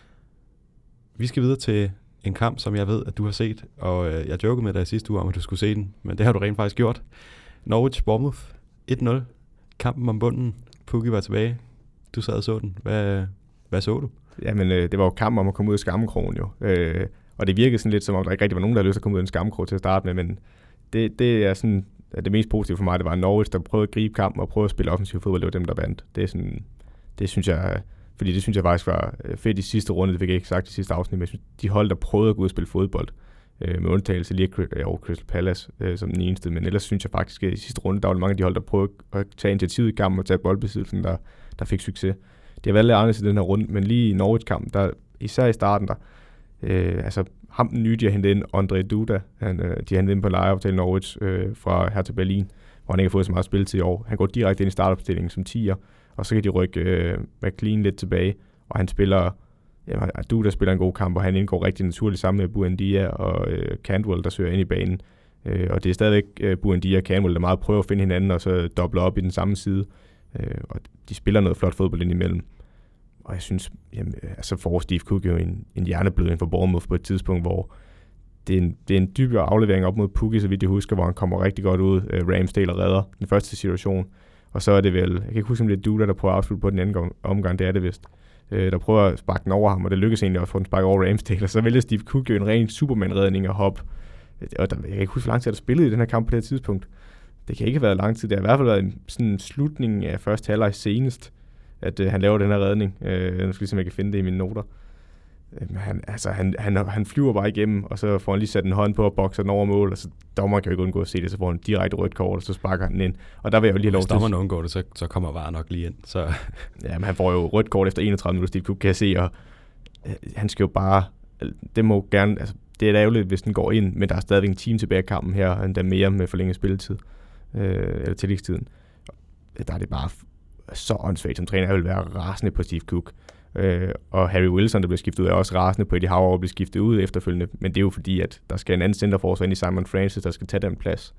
Vi skal videre til en kamp, som jeg ved, at du har set, og øh, jeg jokede med dig sidste uge om, at du skulle se den, men det har du rent faktisk gjort. Norwich Bournemouth et nul. Kampen om bunden. Pukki var tilbage. Du sad og så den. Hvad, hvad så du? Jamen, øh, det var jo kampen om at komme ud af skammekrogen jo. Øh, og det virkede sådan lidt, som om der ikke rigtig var nogen, der havde lyst til at komme ud af en skammekrog til at starte med, men det, det er sådan, det mest positive for mig, det var Norwich, der prøvede at gribe kampen og prøvede at spille offensiv fodbold. Det var dem, der vandt. Det er sådan, det synes jeg, fordi det synes jeg faktisk var fedt i sidste runde, det fik jeg ikke sagt i sidste afsnit, men jeg synes, de hold, der prøvede at gå ud og spille fodbold, øh, med undtagelse lige af Crystal Palace øh, som den eneste, men ellers synes jeg faktisk, at i sidste runde, der var mange af de hold, der prøvede at tage initiativet i kampen og tage boldbesiddelsen, der, der fik succes. Det har været lidt anderledes i den her runde, men lige i Norwich-kampen, der, især i starten, der, øh, altså ham den nye, de har hentet ind, André Duda, han, øh, de har hentet ind på lejeaftale Norwich øh, fra her til Berlin, hvor han ikke har fået så meget spilletid i år. Han går direkte ind i startopstillingen som tier, og så kan de rykke øh, McLean lidt tilbage, og han spiller, ja, Duda spiller en god kamp, og han indgår rigtig naturligt sammen med Buendia og øh, Cantwell, der søger ind i banen. Øh, og det er stadigvæk øh, Buendia og Cantwell, der meget prøver at finde hinanden, og så dobler op i den samme side. Øh, og de spiller noget flot fodbold ind imellem. Og jeg synes, jamen, altså får Steve Cook jo en, en hjerneblødning for Bournemouth på et tidspunkt, hvor det er en, det er en dybere aflevering op mod Pukki, så vidt jeg husker, hvor han kommer rigtig godt ud. Øh, Ramsdale redder den første situation. Og så er det vel, jeg kan ikke huske, om det er Duda, der prøver at afslutte på den anden omgang, det er det vist. Øh, der prøver at sparke den over ham, og det lykkes egentlig også at få den sparket over Ramsdale. Og så vælger Steve Cook jo en ren Superman-redning og hop. Og der, jeg kan ikke huske, hvor lang tid der spillede i den her kamp på det her tidspunkt. Det kan ikke have været lang tid. Det har i hvert fald været en sådan slutning af første halvleg senest, at øh, han laver den her redning. Øh, nu skal jeg se, om jeg kan finde det i mine noter. Øh, han, altså, han, han, han flyver bare igennem, og så får han lige sat en hånd på og bokser den over mål, og så dommeren kan jo ikke undgå at se det, så får han direkte rødt kort, og så sparker han den ind. Og der vil jeg jo lige have lov til... Hvis dommeren undgår det, så, så kommer V A R nok lige ind. Så. Ja, men han får jo rødt kort efter enogtredive minutter, Steve Cook, kan jeg se, og øh, han skal jo bare... Det må gerne... Altså, det er da ærgerligt, hvis den går ind, men der er stadigvæk en time tilbage i kampen her, endda mere med forlænget spilletid, øh, eller tillægstiden. Der er det bare så åndssvagt, som træner. Jeg vil være rasende på Steve Cook. Øh, og Harry Wilson, der bliver skiftet ud, er også rasende på Eddie Howe og bliver skiftet ud efterfølgende. Men det er jo fordi, at der skal en anden centerforsvar ind i Simon Francis, der skal tage den plads.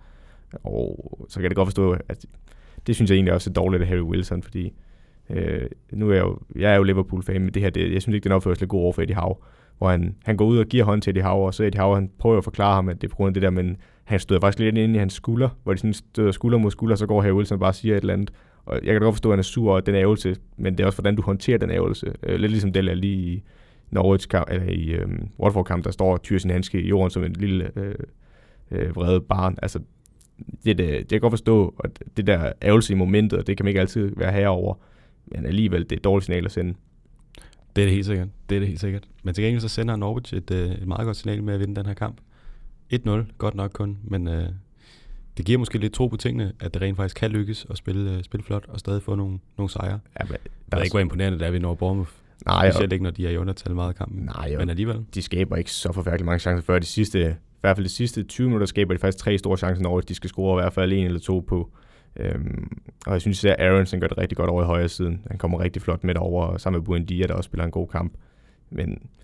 Og så kan jeg godt forstå, at det synes jeg egentlig også er dårligt af Harry Wilson, fordi øh, nu er jeg jo, jeg er jo Liverpool-fan, men det her, det, jeg synes ikke, det er en opførsel god over for Eddie Howe, hvor han, han går ud og giver hånd til Eddie Howe, og så Eddie Howe, han prøver at forklare ham, at det er på grund af det der, men han støder faktisk lidt ind i hans skulder, hvor de sådan støder skulder mod skulder, så går Harry Wilson og bare siger et eller andet. Og jeg kan godt forstå, at han er sur over den ærgelse, men det er også, hvordan du håndterer den ærgelse. Øh, lidt ligesom det er lige i Norwich kamp, eller i øhm, Watford-kamp, der står og tyrer sin handske i jorden som en lille øh, øh, vrede barn. Altså, det, det, det kan jeg godt forstå, at det der ærgelse i momentet, det kan man ikke altid være herover, men alligevel, det er et dårligt signal at sende. Det er det helt sikkert. Det er det helt sikkert. Men til gengæld så sender Norwich et, øh, et meget godt signal med at vinde den her kamp. et nul, godt nok kun, men øh, det giver måske lidt tro på tingene, at det rent faktisk kan lykkes at spille, øh, spille flot og stadig få nogle, nogle sejre. Ja, men der er ikke været imponerende, da vi når Bournemouth. Nej, specielt ikke, når de er i undertal meget af kampen. Nej, men alligevel. De skaber ikke så forfærdeligt mange chancer før. De sidste, i hvert fald de sidste tyve minutter skaber de faktisk tre store chancer, når de skal score i hvert fald en eller to på. Øhm, og jeg synes, at Aronson gør det rigtig godt over i højre siden. Han kommer rigtig flot med over sammen med Buendia, der også spiller en god kamp. Men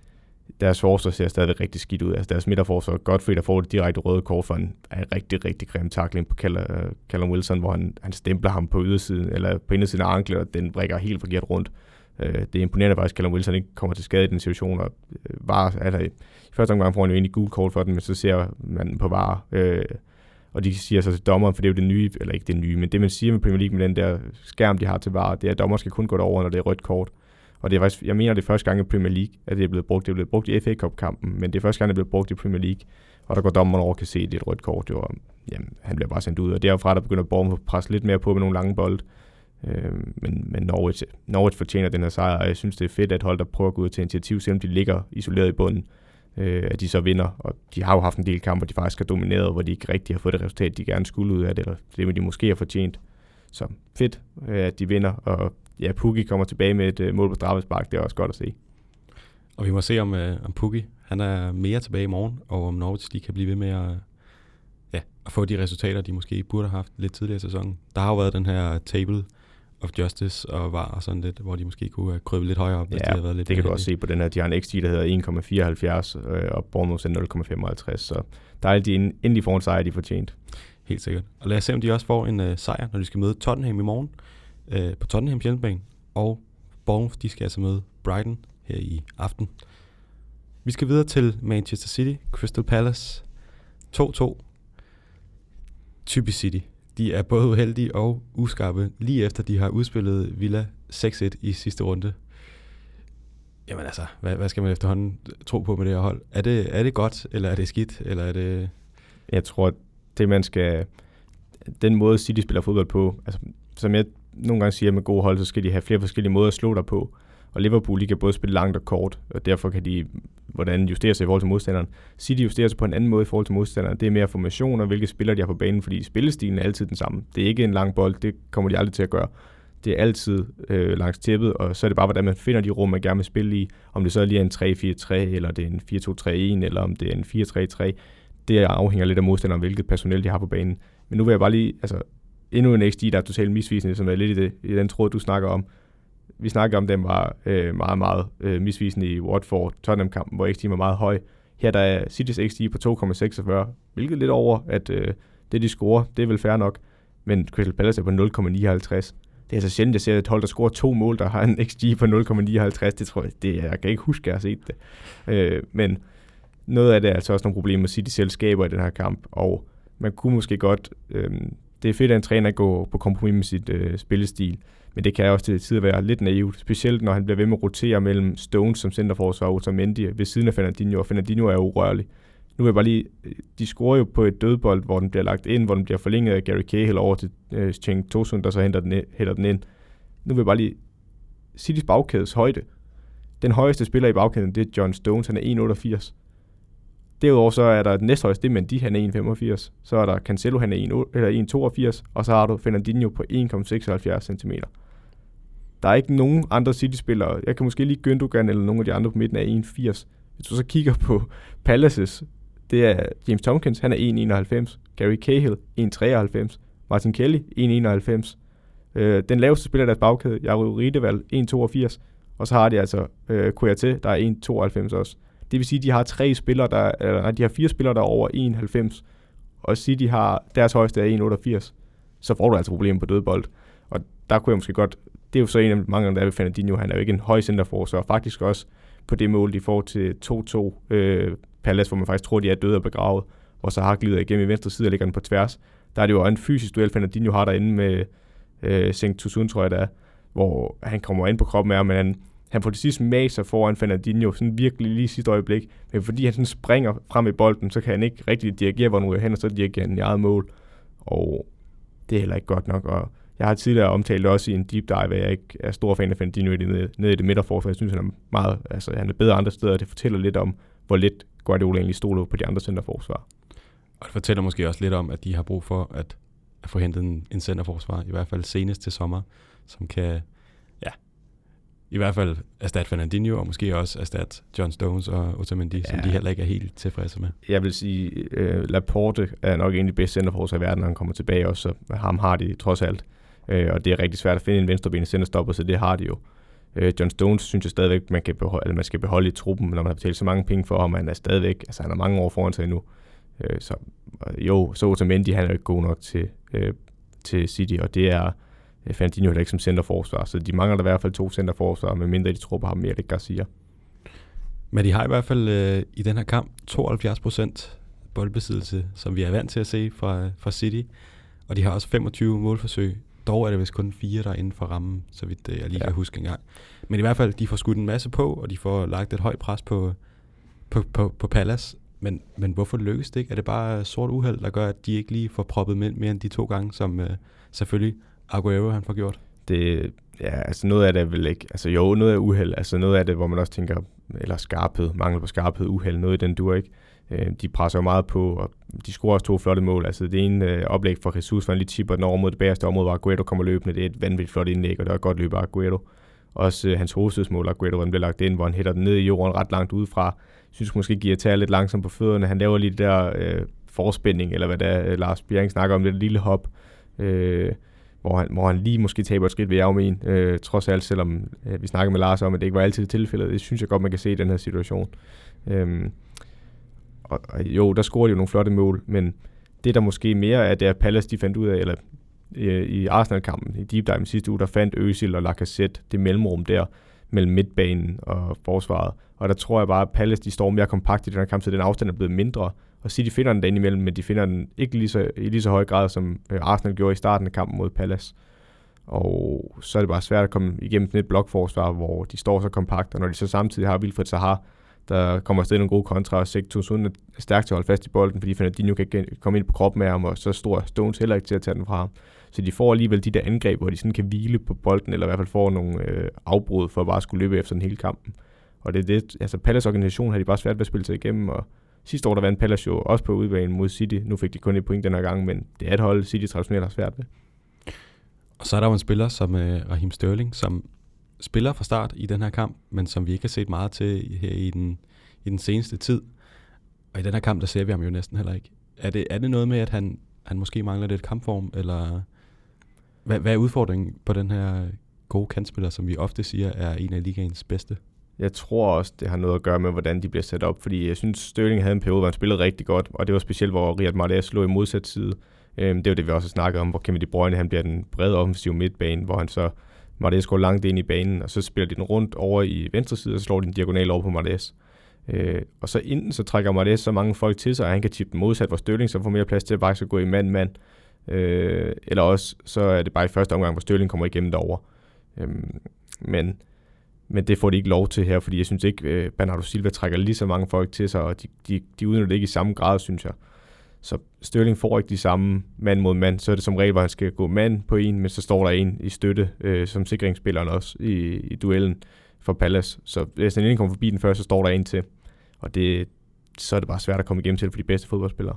deres forsvar ser stadig rigtig skidt ud. Altså deres midterforsvar, Godfrey, der får det direkte røde kort for en, en rigtig, rigtig grim tackling på Callum Wilson, hvor han, han stempler ham på ydersiden, eller på indersiden af anklet, og den brækker helt forkert rundt. Øh, det er imponerende faktisk, at Callum Wilson ikke kommer til skade i den situation, og øh, var, altså, i første omgang får han jo egentlig gul kort for den, men så ser man på V A R, øh, og de siger så til dommeren, for det er jo det nye, eller ikke det nye, men det man siger med Premier League med den der skærm, de har til V A R, det er, at dommer skal kun gå derover, når det er rødt kort. Og det er faktisk, jeg mener, det er første gang i Premier League, at det er blevet brugt. Det er blevet brugt i F A Cup-kampen, men det er første gang, det er blevet brugt i Premier League. Og der går dommeren over og kan se, at det er et rødt kort. Det var, jamen, han bliver bare sendt ud. Og derfra, der begynder Bournemouth at presse lidt mere på med nogle lange bold. Øh, men men Norwich, Norwich fortjener den her sejr, og jeg synes, det er fedt, at hold, der prøver at gå ud til initiativ, selvom de ligger isoleret i bunden, øh, at de så vinder. Og de har jo haft en del kampe, hvor de faktisk har domineret, hvor de ikke rigtig har fået det resultat, de gerne skulle ud af det, eller det, de måske har fortjent. Så fedt, at de vinder, og ja, Pukki kommer tilbage med et uh, mål på straffespark, det er også godt at se. Og vi må se, om, uh, om Pukki, han er mere tilbage i morgen, og om Norwich, de kan blive ved med at, ja, at få de resultater, de måske burde have haft lidt tidligere i sæsonen. Der har jo været den her table of justice og V A R og sådan lidt, hvor de måske kunne have krøbet lidt højere op, hvis ja, de havde været lidt det kan mere du også se på den her. De har en X G, der hedder en komma fireoghalvfjerds, øh, og Bournemouth er nul komma femoghalvtreds, så der er altid en, inden de får en sejr, de fortjent. Helt sikkert. Og lad os se, om de også får en uh, sejr, når de skal møde Tottenham i morgen uh, på Tottenham hjemmebane. Og Bournemouth, de skal altså møde Brighton her i aften. Vi skal videre til Manchester City, Crystal Palace to to. Typisk City. De er både uheldige og uskarpe, lige efter de har udspillet Villa seks et i sidste runde. Jamen altså, hvad, hvad skal man efterhånden tro på med det her hold? Er det, er det godt, eller er det skidt, eller er det... Jeg tror, det man skal... Den måde City spiller fodbold på, altså, som jeg nogle gange siger med gode hold, så skal de have flere forskellige måder at slå der på. Og Liverpool, de kan både spille langt og kort, og derfor kan de, hvordan justere sig i forhold til modstanderen. City justerer sig på en anden måde i forhold til modstanderen. Det er mere formation og hvilke spillere de har på banen, fordi spillestilen er altid den samme. Det er ikke en lang bold, det kommer de aldrig til at gøre. Det er altid øh, langs tæppet, og så er det bare, hvordan man finder de rum, man gerne vil spille i. Om det så lige er en tre fire tre, eller det er en fire to tre en, eller om det er en fire tre tre. Det afhænger lidt af modstanderen, hvilket personel de har på banen. Men nu vil jeg bare lige, altså endnu en X G, der er totalt misvisende, som er lidt i, det, i den tråd, du snakker om. Vi snakker om, den var øh, meget, meget øh, misvisende i Watford-Tottenham-kampen, hvor X G var meget høj. Her der er Citys X G på to komma seksogfyrre, hvilket er lidt over, at øh, det de scorer, det er vel fair nok. Men Crystal Palace er på nul komma nioghalvtreds. Det er altså sjældent, jeg ser et hold, der scorer to mål, der har en X G på nul komma nioghalvtreds. Det tror jeg, det, jeg kan ikke huske, at jeg har set det. Øh, men noget af det er altså også nogle problemer, City selv skaber i den her kamp, og man kunne måske godt... Øh, det er fedt, at en træner går på kompromis med sit øh, spillestil, men det kan også til tider være lidt naivt, specielt når han bliver ved med at rotere mellem Stones som centerforsvar og Otamendi ved siden af Fernandinho, og Fernandinho er urørlig. Nu vil jeg bare lige... De scorer jo på et dødbold, hvor den bliver lagt ind, hvor den bliver forlænget af Gary Cahill over til øh, Cenk Tosun, der så henter den, hælder den ind. Nu vil jeg bare lige... Citys bagkædes højde. Den højeste spiller i bagkæden, det er John Stones, han er en komma otteogfirs. Derudover så er der den næsthøjeste, det er Mendy, han er en komma femogfirs. Så er der Cancelo, han er en komma toogfirs. Og så har du Fernandinho på en komma seksoghalvfjerds centimeter. Der er ikke nogen andre City-spillere. Jeg kan måske lige Gündogan eller nogle af de andre på midten af en komma firs. Hvis du så kigger på Palaces, det er James Tompkins, han er en komma enoghalvfems. Gary Cahill, en komma treoghalvfems. Martin Kelly, en komma enoghalvfems. Øh, den laveste spiller i deres bagkæde, Jairo Riedewald, en komma toogfirs. Og så har de altså øh, Kouyaté, der er en komma tooghalvfems også. Det vil sige, at de har tre spillere, der, eller de har fire spillere, der er over en komma halvfems. Og City har deres højeste af en komma otteogfirs. Så får du altså problemer på dødbold. Og der kunne jeg måske godt... Det er jo så en af mange, der er ved Fernandinho. Han er jo ikke en høj centerforsvar. Faktisk også på det mål, de får til to to øh, Palace, hvor man faktisk tror, de er døde og begravet. Og så har glider igennem i venstre side og ligger den på tværs. Der er det jo en fysisk duel, Fernandinho har derinde med øh, Cenk Tosun, tror jeg det er. Hvor han kommer ind på kroppen af, men han... Han får det sidste maser foran Fernandinho, sådan virkelig lige sidste øjeblik. Men fordi han sådan springer frem i bolden, så kan han ikke rigtig dirigere, hvor han ryger hen, og så dirigerer han i eget mål. Og det er heller ikke godt nok. Og jeg har tidligere omtalt også i en deep dive, at jeg ikke er stor fan af Fernandinho nede, nede i det midterforsvar. Jeg synes, han er meget, altså han er bedre andre steder, og det fortæller lidt om, hvor lidt Guardiola egentlig stoler på de andre centerforsvar. Og det fortæller måske også lidt om, at de har brug for at, at få hentet en, en centerforsvar, i hvert fald senest til sommer, som kan... I hvert fald erstatte Fernandinho, og måske også erstatte John Stones og Otamendi, ja. Som de heller ikke er helt tilfredse med. Jeg vil sige, uh, Laporte er nok en af de bedste centerforsvar i verden, når han kommer tilbage også, så ham har de trods alt. Uh, og det er rigtig svært at finde en venstrebenet centerstopper, så det har de jo. Øh, John Stones synes jeg stadigvæk, man, kan beholde, eller man skal beholde i truppen, når man har betalt så mange penge for ham, han er stadigvæk, altså han har mange år foran sig endnu. Øh, så jo, så Otamendi, han er jo ikke god nok til, øh, til City, og det er øh, Fernandinho heller ikke som centerforsvar, så de mangler der i hvert fald to centerforsvar, medmindre de tror på ham, Eric Garcia. Men de har i hvert fald øh, i den her kamp tooghalvfjerds procent boldbesiddelse, som vi er vant til at se fra, fra City, og de har også femogtyve målforsøg. Dog er det vist kun fire, der er inden for rammen, så vidt jeg lige ja. kan huske engang. Men i hvert fald, de får skudt en masse på, og de får lagt et højt pres på, på, på, på Palace. Men, men hvorfor lykkes det ikke? Er det bare sort uheld, der gør, at de ikke lige får proppet med mere end de to gange, som øh, selvfølgelig Aguero han får gjort? Det, ja, altså noget af det er vel ikke, altså jo, noget er uheld, altså noget af det, hvor man også tænker, eller skarphed, mangel på skarphed, uheld, noget i den dur ikke. De presser jo meget på, og de scorer også to flotte mål. Altså det ene øh, oplæg fra Jesus, hvor han lige chipper den over mod det bagerste område, hvor Aguero kommer løbende. Det er et vanvittigt flot indlæg, og det er et godt løb af Aguero. Også øh, hans hovedstødsmål, Aguero, den bliver lagt ind, hvor han hætter den ned i jorden ret langt udefra. Jeg synes måske giver tage lidt langsomt på fødderne. Han laver lige det der øh, forspænding, eller hvad det er, Lars Bjerring snakker om, det lille hop, øh, hvor, han, hvor han lige måske taber et skridt ved Armin. Øh, trods alt, selvom øh, vi snakker med Lars om, at det ikke var altid tilfældet. Det synes jeg godt, man kan se i den her situation. Øh, Og, og jo, der scorer de jo nogle flotte mål, men det der måske mere er, det er Palace, de fandt ud af, eller øh, i Arsenal-kampen, i Deep Dive sidste uge, der fandt Özil og Lacazette det mellemrum der, mellem midtbanen og forsvaret. Og der tror jeg bare, at Palace, de står mere kompakt i den her kamp, så den afstand er blevet mindre. Og City finder den derinde imellem, men de finder den ikke lige så, i lige så høj grad, som øh, Arsenal gjorde i starten af kampen mod Palace. Og så er det bare svært at komme igennem sådan et blokforsvar, hvor de står så kompakt, og når de så samtidig har Wilfried Zaha, der kommer afsted nogle gode kontra, og Sigthorsson er stærkt til at holde fast i bolden, fordi Fernandinho kan komme ind på kroppen med ham, og så stor Stones heller ikke til at tage den fra ham. Så de får alligevel de der angreb, hvor de sådan kan hvile på bolden, eller i hvert fald får nogle øh, afbrud for at bare skulle løbe efter den hele kampen. Og det er det, altså Palace organisation har de bare svært ved at spille sig igennem, og sidste år der vandt Palace jo også på udbanen mod City. Nu fik de kun et point den her gang, men det er et hold, City traditionelt har svært ved. Og så er der jo en spiller som øh, Raheem Sterling, som spiller fra start i den her kamp, men som vi ikke har set meget til her i den, i den seneste tid. Og i den her kamp, der ser vi ham jo næsten heller ikke. Er det, er det noget med, at han, han måske mangler lidt kampform, eller hvad, hvad er udfordringen på den her gode kantspiller, som vi ofte siger er en af ligaens bedste? Jeg tror også, det har noget at gøre med, hvordan de bliver sat op, fordi jeg synes, Sterling havde en periode, hvor han spillede rigtig godt, og det var specielt, hvor Riyad Mahrez lå i modsat side. Det var det, vi også snakkede om, hvor Kevin De Bruyne, han bliver den brede offensive midtbane, hvor han så Mahrez går langt ind i banen, og så spiller de den rundt over i venstre side, og så slår de den diagonal over på Mahrez. Øh, og så inden, så trækker Mahrez så mange folk til sig, at han kan tippe den modsat, hvor Sterling så får mere plads til at bare så gå i mand-mand. Øh, eller også, så er det bare i første omgang, hvor Sterling kommer igennem derover. Øh, men, men det får de ikke lov til her, fordi jeg synes ikke, øh, Bernardo Silva trækker lige så mange folk til sig, og de, de, de udnytter det ikke i samme grad, synes jeg. Så Sterling får ikke de samme mand mod mand, så er det som regel, hvor han skal gå mand på en, men så står der en i støtte, øh, som sikringsspilleren også i, i duellen for Palace. Så hvis den ene kommer forbi den før, så står der en til. Og det, så er det bare svært at komme igennem til for de bedste fodboldspillere.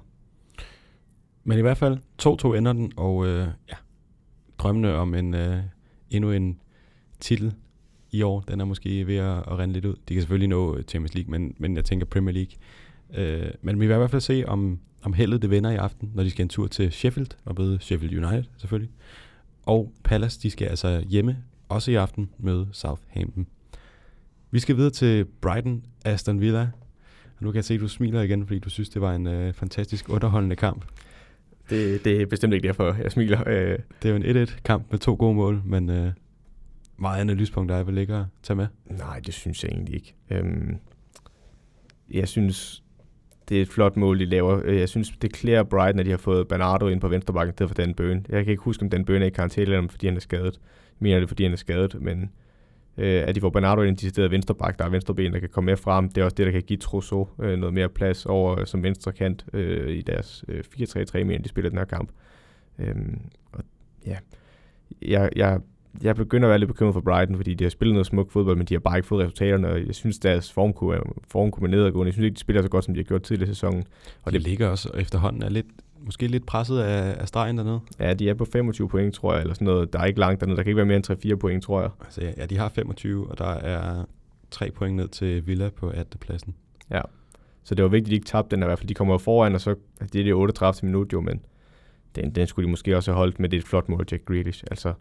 Men i hvert fald, to to ender den, og øh, ja, drømmene om en øh, endnu en titel i år, den er måske ved at, at rende lidt ud. De kan selvfølgelig nå Champions League, men, men jeg tænker Premier League. Øh, men vi vil i hvert fald se, om, om heldet det vinder i aften, når de skal en tur til Sheffield, og ved Sheffield United selvfølgelig. Og Palace, de skal altså hjemme, også i aften, møde Southampton. Vi skal videre til Brighton, Aston Villa. Og nu kan jeg se, at du smiler igen, fordi du synes, det var en øh, fantastisk underholdende kamp. Det, det er bestemt ikke derfor, jeg smiler. Øh. Det er jo en et et kamp med to gode mål, men øh, meget andet lyspunkt, der er vel ikke at tage med? Nej, det synes jeg egentlig ikke. Øhm, jeg synes, det er et flot mål, de laver. Jeg synes, det klæder Brighton, at de har fået Bernardo ind på venstrebakken i stedet for Dan Burn. Jeg kan ikke huske, om Dan Burn er i karantæne, eller fordi han er skadet. Jeg mener det, fordi han er skadet, men øh, at de får Bernardo ind i stedet venstreback, der er venstreben, der kan komme mere frem. Det er også det, der kan give Trossard øh, noget mere plads over øh, som venstre kant øh, i deres øh, fire tre tre, mener de spiller den her kamp. Øhm, og ja, jeg, jeg, jeg begynder at være lidt bekymret for Brighton, fordi de har spillet noget smuk fodbold, men de har bare ikke fået resultaterne, og jeg synes, deres form kunne, form kunne være nedadgående. Jeg synes ikke, de spiller så godt, som de har gjort tidligere i sæsonen. Og de det ligger også efterhånden er lidt, måske lidt presset af, af stregen dernede. Ja, de er på femogtyve point, tror jeg, eller sådan noget. Der er ikke langt dernede. Der kan ikke være mere end tre fire point, tror jeg. Altså, ja, de har femogtyve, og der er tre point ned til Villa på attende pladsen. Ja, så det var vigtigt, at de ikke tabte den i hvert fald. De kommer foran, og så det er det otteogtredive minut jo, men den, den skulle de måske også have holdt med det et flot mål, Jack Grealish. Altså,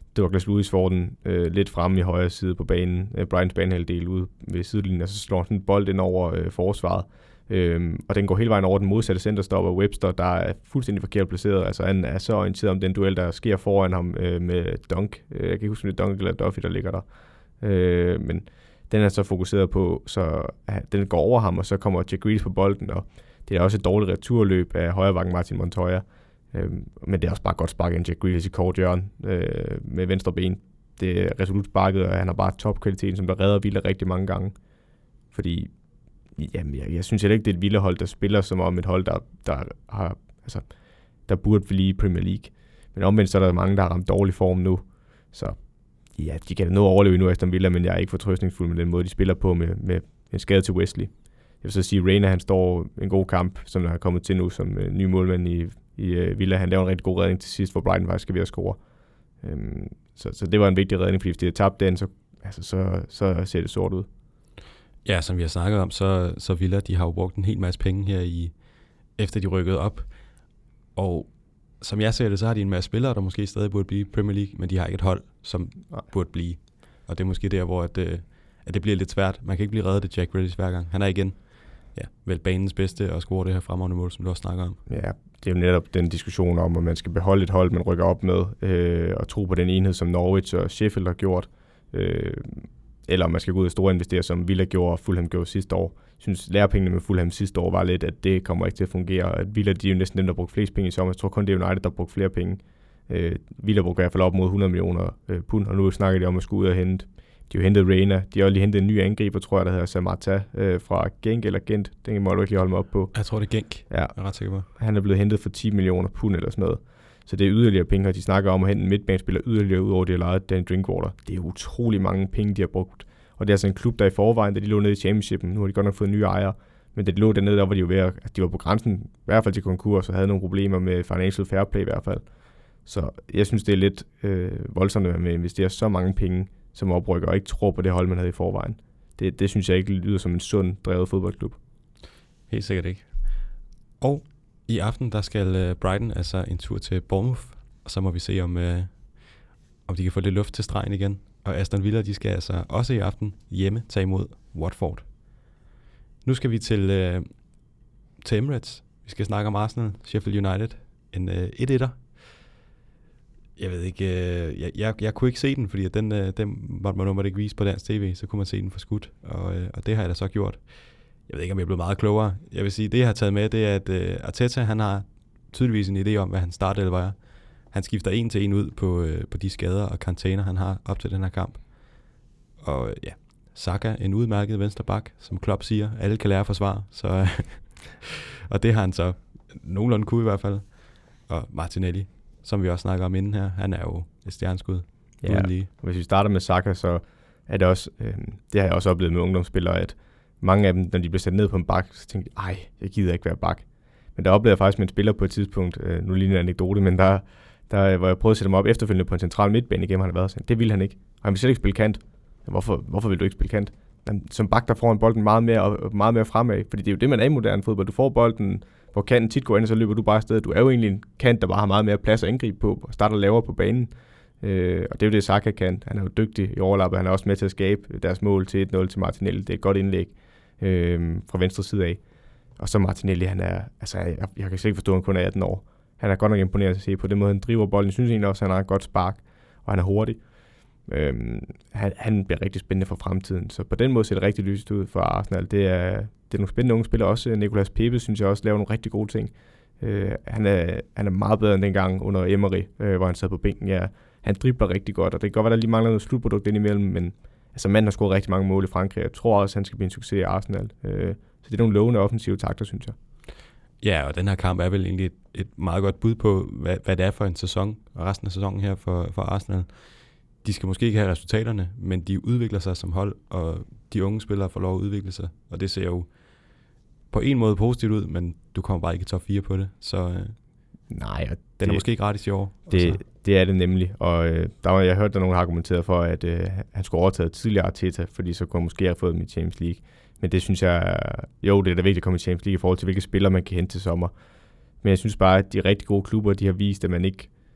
Douglas Lewis får den øh, lidt fremme i højre side på banen, øh, Brightons banehalvdel ude ved sidelinjen, og så slår sådan en bold ind over øh, forsvaret. Øhm, og den går hele vejen over den modsatte centerstopper, Webster, der er fuldstændig forkert placeret. Altså han er så orienteret om den duel, der sker foran ham øh, med Dunk. Øh, jeg kan ikke huske, om det er Dunk eller Duffy, der ligger der. Øh, men den er så fokuseret på, så ja, den går over ham, og så kommer Jack Grealish på bolden, og det er også et dårligt returløb af højrebacken Martin Montoya. Øh, men det er også bare godt sparket en Jack Grealish i kort hjørne øh, med venstre ben. Det er resolut sparket, og han har bare topkvaliteten, som der redder Villa rigtig mange gange. Fordi jamen, jeg, jeg synes heller ikke, det er et Villa-hold, der spiller som om et hold, der, der, har, altså, der burde blive i Premier League. Men omvendt så er der mange, der har ramt dårlig form nu. Så ja, de kan da nå at overleve nu efter Villa, men jeg er ikke fortrøstningsfuld med den måde, de spiller på med, med en skade til Wesley. Jeg vil så sige, at Reina, han står en god kamp, som der er kommet til nu som uh, ny målmand i, i uh, Villa. Han laver en rigtig god redning til sidst, hvor Brighton faktisk skal ved at score. Um, så, så det var en vigtig redning, fordi hvis de havde tabt den, så, altså, så, så ser det sort ud. Ja, som vi har snakket om, så, så Villa, de har jo brugt en hel masse penge her, i, efter de rykkede op. Og som jeg ser det, så har de en masse spillere, der måske stadig burde blive i Premier League, men de har ikke et hold, som Nej. burde blive. Og det er måske der, hvor at, at det bliver lidt svært. Man kan ikke blive reddet af Jack Grealish hver gang. Han er igen ja, vel banens bedste og scorer det her fremragende mål, som du også snakker om. Ja, det er jo netop den diskussion om, at man skal beholde et hold, man rykker op med, øh, og tro på den enhed, som Norwich og Sheffield har gjort. Øh, eller om man skal gå ud og store investere, som Villa gjorde og Fulham gjorde sidste år. Jeg synes, lærepengene med Fulham sidste år var lidt, at det kommer ikke til at fungere. At Villa, de er jo næsten dem, der brugte flest penge i sommer. Jeg tror kun, det er United, der brugte flere penge. Øh, Villa brugte i hvert fald op mod hundrede millioner øh, pund, og nu snakker de om at skulle ud og hente. De har jo hentet Reina. De har jo lige hentet en ny angriber, tror jeg, der hedder Samata øh, fra Genk eller Gent. Den må du ikke lige holde mig op på. Jeg tror, det er Genk. Ja. Jeg er ret sikker på. Han er blevet hentet for ti millioner pund eller sådan noget. Så det er yderligere penge, og de snakker om at hente en midtbanespiller yderligere ud over det, de har lejet Danny Drinkwater. Det er utrolig mange penge, de har brugt. Og det er altså en klub, der i forvejen, da de lå nede i Championshipen, nu har de godt nok fået nye ejere, men da de lå dernede, der var de jo ved at, at de var på grænsen, i hvert fald til konkurs, og havde nogle problemer med financial fair play i hvert fald. Så jeg synes, det er lidt øh, voldsomt, at man investerer så mange penge som oprykker, og ikke tror på det hold, man havde i forvejen. Det, det synes jeg ikke lyder som en sund drevet fodboldklub. Helt sikkert ikke. Og i aften, der skal uh, Brighton altså en tur til Bournemouth, og så må vi se, om, uh, om de kan få lidt luft til stregen igen. Og Aston Villa, de skal altså også i aften hjemme tage imod Watford. Nu skal vi til, øh, til Emirates. Vi skal snakke om Arsenal, Sheffield United. En øh, et-etter. Jeg ved ikke, øh, jeg, jeg, jeg kunne ikke se den, fordi den, øh, den måtte man nummer ikke vise på dansk tv, så kunne man se den for skudt, og, øh, og det har jeg da så gjort. Jeg ved ikke, om jeg er blevet meget klogere. Jeg vil sige, det jeg har taget med, det er, at øh, Arteta, han har tydeligvis en idé om, hvad han startelver er. Han skifter en til en ud på, øh, på de skader og karantæner, han har op til den her kamp. Og ja, Saka, en udmærket venstre bak, som Klopp siger, alle kan lære at forsvare. Så, og det har han så nogenlunde kunne i hvert fald. Og Martinelli, som vi også snakker om inden her, han er jo et stjerneskud. Ja, hvis vi starter med Saka, så er det også, øh, det har jeg også oplevet med ungdomsspillere, at mange af dem, når de bliver sat ned på en bak, så tænkte de, ej, jeg gider ikke være bak. Men der oplevede jeg faktisk med en spiller på et tidspunkt, øh, nu ligner en anekdote, men der, der hvor jeg prøvede at sætte ham op efterfølgende på en central midtbane igen, han har været sådan. Det ville han ikke. Og han ville slet ikke spille kant. Hvorfor, hvorfor vil du ikke spille kant? Men som bak, der får han bolden meget mere, og meget mere fremad, fordi det er jo det, man er i moderne fodbold. Du får bolden, hvor kanten tit går ind, og så løber du bare afsted. Du er jo egentlig en kant, der bare har meget mere plads at angribe på, og starter lavere på banen. Øh, og det er jo det, Saka kan. Han er jo dygtig i overlappet. Han er også med til at skabe deres mål til et nul til Martinelli. Det er et godt indlæg øh, fra venstre side af. Og så Martinelli, han er, altså jeg, jeg kan slet ikke forstå, at han kun er atten år. Han er godt nok imponerende at se på den måde, han driver bolden. Jeg synes egentlig også, at han har et godt spark, og han er hurtig. Øhm, han, han bliver rigtig spændende for fremtiden. Så på den måde ser det rigtig lyst ud for Arsenal. Det er, det er nogle spændende unge spillere. Også Nicolas Pepe, synes jeg også, laver nogle rigtig gode ting. Øh, han, er, han er meget bedre end dengang under Emery, øh, hvor han sad på bænken. Ja, han dribler rigtig godt, og det kan godt være, der lige mangler noget slutprodukt indimellem, men altså, manden har scoret rigtig mange mål i Frankrig. Jeg tror også, han skal blive en succes i Arsenal. Øh, så det er nogle lovende offensive takter, synes jeg. Ja, og den her kamp er vel egentlig et, et meget godt bud på, hvad, hvad det er for en sæson, og resten af sæsonen her for, for Arsenal. De skal måske ikke have resultaterne, men de udvikler sig som hold, og de unge spillere får lov at udvikle sig, og det ser jo på en måde positivt ud, men du kommer bare ikke i top fire på det, så øh, nej, og den det, er måske gratis i år. Det, det er det nemlig, og øh, der var, jeg hørte, der nogen har argumenteret for, at øh, han skulle overtage tidligere Arteta, fordi så kunne han måske have fået dem i Champions League. Men det synes jeg, jo, det er da vigtigt at komme i Champions League i forhold til, hvilke spillere man kan hente til sommer. Men jeg synes bare, at de rigtig gode klubber, de har vist, at man ikke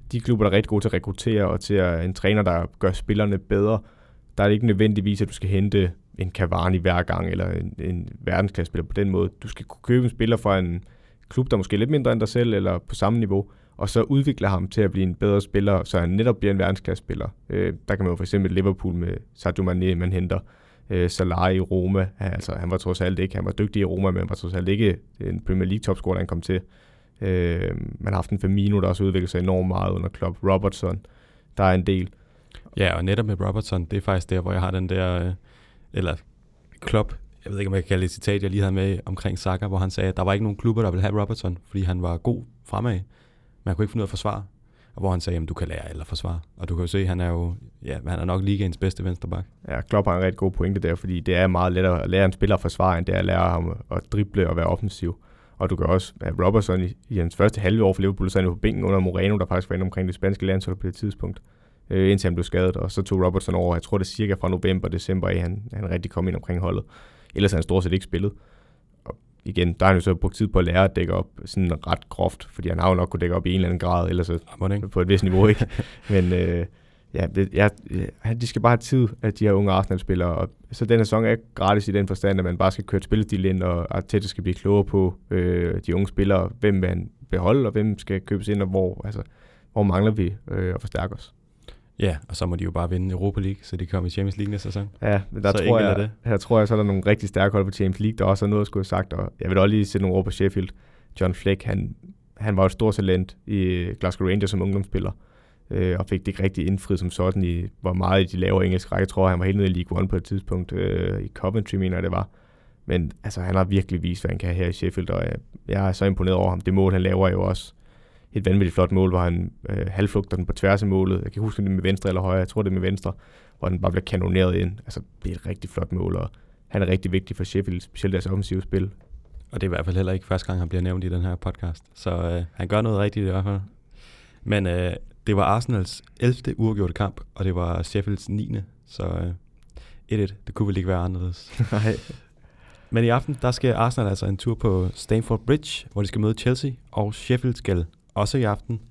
de klubber, der er rigtig gode til at rekruttere, og til at en træner, der gør spillerne bedre, der er det ikke nødvendigvis, at du skal hente en Cavani hver gang, eller en, en verdensklassespiller på den måde. Du skal kunne købe en spiller fra en klub, der måske er lidt mindre end dig selv, eller på samme niveau, og så udvikle ham til at blive en bedre spiller, så han netop bliver en verdensklassespiller. Øh, der kan man jo for eksempel Liverpool med Sadio Mane, man henter øh, Salah i Roma. Han, altså, han var trods alt ikke, han var dygtig i Roma, men han var trods alt ikke en Premier League topscorer, da han kom til. Øh, man har haft en Firmino, der også udviklet sig enormt meget under Klopp. Robertson, der er en del. Ja, og netop med Robertson, det er faktisk der, hvor jeg har den der, øh, eller Klopp, jeg ved ikke, om jeg kan kalde det et citat, jeg lige havde med omkring Saka, hvor han sagde, at der var ikke nogen klubber, der ville have Robertson, fordi han var god fremad. Man kunne ikke finde ud af at forsvare. Og hvor han sagde, at du kan lære alle at forsvare. Og du kan jo se, at han er jo, ja, han er nok ligaens bedste venstreback. Ja, Klopp har en rigtig god pointe der, fordi det er meget lettere at lære en spiller at forsvare, end det er at lære ham at drible og være offensiv. Og du kan også have Robertson i, i hans første halve år for Liverpool, så er han jo på bænken under Moreno, der faktisk var inde omkring det spanske landshold på det tidspunkt, øh, indtil han blev skadet. Og så tog Robertson over, jeg tror det er cirka fra november og december, at han, han rigtig kom ind omkring holdet. Ellers har han stort set ikke spillet. Og igen, der har han jo så brugt tid på at lære at dække op sådan ret groft, fordi han har jo nok kunne dække op i en eller anden grad, ellers så på et vist niveau, ikke? Men øh, ja, det, ja, de skal bare have tid, at de her unge Arsenal-spillere, og så den her sæson er gratis i den forstand, at man bare skal køre et spillestil ind, og Arteta skal blive klogere på øh, de unge spillere, hvem man beholde, og hvem skal købes ind, og hvor, altså, hvor mangler vi øh, at forstærke os. Ja, og så må de jo bare vinde Europa League, så de kommer i Champions League næste sæson. Ja, men der så tror jeg, det. her tror jeg, så er der nogle rigtig stærke hold på Champions League, der også er noget at skulle have sagt, og jeg vil også lige sætte nogle ord på Sheffield. John Fleck, han, han var et stort talent i Glasgow Rangers som ungdomsspiller, øh, og fik det ikke rigtig indfriet som sådan, i, hvor meget i de lavere engelske række. Jeg tror, han var helt nede i League One på et tidspunkt, øh, i Coventry, mener det var. Men altså, han har virkelig vist, hvad han kan her i Sheffield, og jeg, jeg er så imponeret over ham. Det mål, han laver, er jo også et vanvittigt flot mål, hvor han øh, halvflugter den på tværs af målet. Jeg kan huske det med venstre eller højre. Jeg tror, det er med venstre, hvor den bare bliver kanoneret ind. Altså, det er et rigtig flot mål, og han er rigtig vigtig for Sheffield, specielt deres offensive spil. Og det er i hvert fald heller ikke første gang, han bliver nævnt i den her podcast. Så øh, han gør noget rigtigt i hvert fald. Men øh, det var Arsenals ellevte uafgjorte kamp, og det var Sheffields niende. Så øh, et et, det kunne vel ikke være anderledes. Nej. Men i aften, der skal Arsenal altså en tur på Stamford Bridge, hvor de skal møde Chelsea, og Sheffield skal også i aften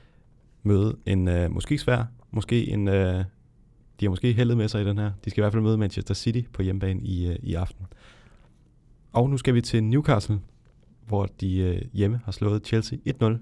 møde en øh, måske svær, måske en, øh, de har måske heldet med sig i den her. De skal i hvert fald møde Manchester City på hjemmebane i, øh, i aften. Og nu skal vi til Newcastle, hvor de øh, hjemme har slået Chelsea et nul.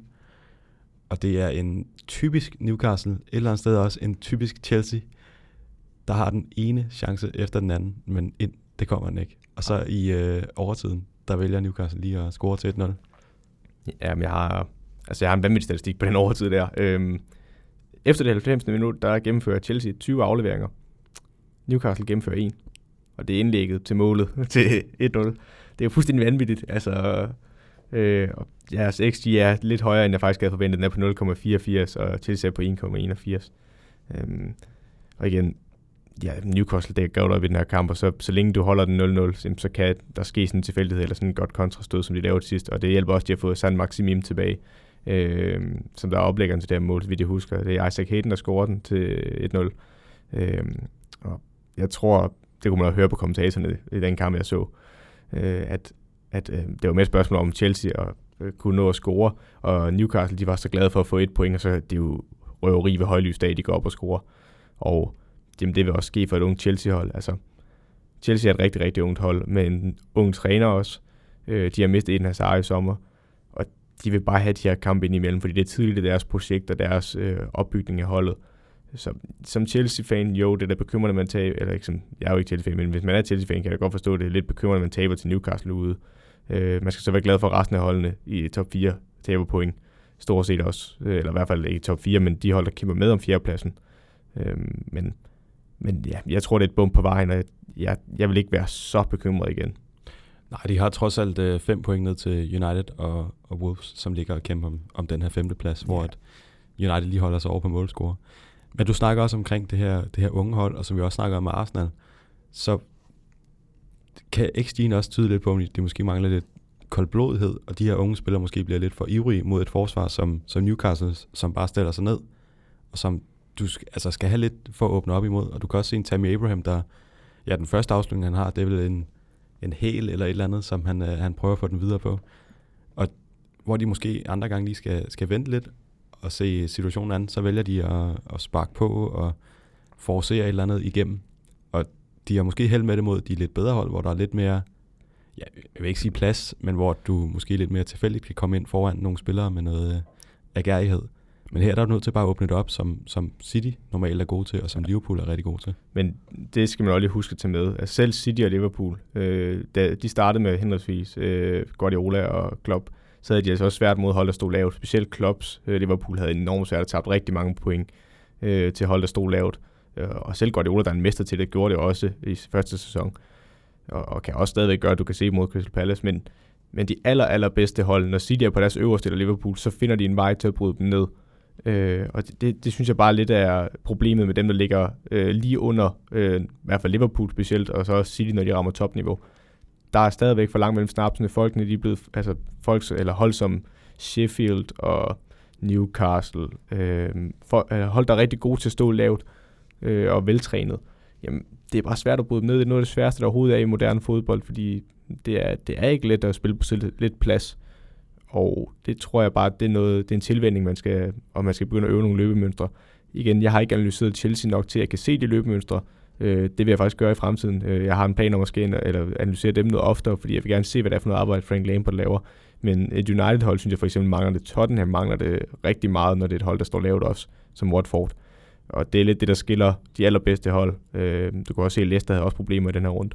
Og det er en typisk Newcastle, et eller andet sted også en typisk Chelsea, der har den ene chance efter den anden, men ind, det kommer den ikke. Og så i øh, overtiden, der vælger Newcastle lige at score til et nul. Jamen, jeg har, altså, jeg har en vanvittig statistik på den overtid der. Øhm, efter det halvfemsende minut, der gennemfører Chelsea tyve afleveringer. Newcastle gennemfører en. Og det er indlægget til målet til et nul. Det er jo fuldstændig vanvittigt. Altså, øh, jeres X G er lidt højere, end jeg faktisk havde forventet. Den er på nul komma fireogfirs, og Chelsea er på en komma enogfirs. Øhm, og igen, ja, Newcastle, det gør op i den her kamp, og så, så længe du holder den nul nul, så kan der ske sådan en tilfældighed, eller sådan en godt kontrastød, som de lavede til sidst, og det hjælper også, at de har fået San Maximim tilbage, øh, som der er oplæggeren til det her mål, så vidt jeg husker. Det er Isaac Hayden, der scorer den til et nul. Øh, og jeg tror, det kunne man også høre på kommentatorerne i den kamp, jeg så, øh, at, at øh, det var med et spørgsmål om Chelsea og øh, kunne nå at score, og Newcastle, de var så glade for at få et point, og så det er jo røveri ved højlys dag, de går op og scorer. Og jamen, det vil også ske for et ungt Chelsea-hold. Altså, Chelsea er et rigtig, rigtig ungt hold, med en ung træner også. Øh, de har mistet en af sig i sommer, og de vil bare have de her kampe ind imellem, fordi det er tidligt i deres projekt og deres øh, opbygning af holdet. Så som Chelsea-fan, jo, det er da bekymrende, man taber, eller ikke som, jeg er jo ikke Chelsea-fan, men hvis man er Chelsea-fan, kan jeg godt forstå, at det er lidt bekymrende, man taber til Newcastle ude. Øh, man skal så være glad for, at resten af holdene i top fire taber point, stort set også, eller i hvert fald ikke top fire, men de hold, der kæmper med om fjerdepladsen. Øh, men Men ja, jeg tror, det er et bump på vejen, og jeg, jeg vil ikke være så bekymret igen. Nej, de har trods alt øh, fem point ned til United og, og Wolves, som ligger og kæmper om, om den her femte plads, ja. Hvor at United lige holder sig over på målscore. Men du snakker også omkring det her, det her unge hold, og som vi også snakker om med Arsenal, så kan X G'en også tyde lidt på, at de måske mangler lidt koldblodighed, og de her unge spillere måske bliver lidt for ivrige mod et forsvar som, som Newcastle, som bare stiller sig ned, og som du skal, altså skal have lidt for at åbne op imod. Og du kan også se en Tammy Abraham, der, ja, den første afslutning, han har, det er vel en, en hæl eller et eller andet, som han, øh, han prøver at få den videre på. Og hvor de måske andre gange lige skal, skal vente lidt, at se situationen an, så vælger de at, at sparke på og forcere et eller andet igennem. Og de har måske held med det mod de lidt bedre hold, hvor der er lidt mere, ja, jeg vil ikke sige plads, men hvor du måske lidt mere tilfældigt kan komme ind foran nogle spillere med noget øh, agerighed. Men her der er du nødt til bare at åbne det op, som, som City normalt er god til, og som Liverpool er rigtig god til. Men det skal man også lige huske at tage med. Altså selv City og Liverpool, øh, da de startede med henholdsvis øh, Guardiola og Klopp, så havde de altså også svært mod hold, der stod lavt. Specielt Klopps øh, Liverpool havde enormt svært at tabe rigtig mange point øh, til hold, der stod lavt. Øh, og selv Guardiola, der er en mester til det, gjorde det også i første sæson. Og, og kan også stadigvæk gøre, at du kan se mod Crystal Palace. Men, men de aller, aller bedste hold, når City er på deres øverste eller Liverpool, så finder de en vej til at bryde dem ned. Øh, og det, det, det synes jeg bare lidt er problemet med dem, der ligger øh, lige under, øh, i hvert fald Liverpool specielt, og så også City, når de rammer topniveau. Der er stadigvæk for langt mellem snapsene. Folkene, de er blevet, altså folk, eller hold som Sheffield og Newcastle, øh, for, hold, der er rigtig gode til at stå lavt øh, og veltrænet. Jamen, det er bare svært at bryde dem ned. Det er noget af det sværeste, der overhovedet er i moderne fodbold, fordi det er, det er ikke let at spille på lidt plads. Og det tror jeg bare, det er, noget, det er en tilvænning, man skal, og man skal begynde at øve nogle løbemønstre. Igen, jeg har ikke analyseret Chelsea nok til, at jeg kan se de løbemønstre. Øh, det vil jeg faktisk gøre i fremtiden. Øh, jeg har en plan om at skal eller analysere dem noget oftere, fordi jeg vil gerne se, hvad det er for noget arbejde, Frank Lampard laver. Men et United-hold, synes jeg for eksempel mangler det. Tottenham mangler det rigtig meget, når det er et hold, der står lavt også, som Watford. Og det er lidt det, der skiller de allerbedste hold. Øh, du kan også se, at Leicester havde også problemer i den her runde.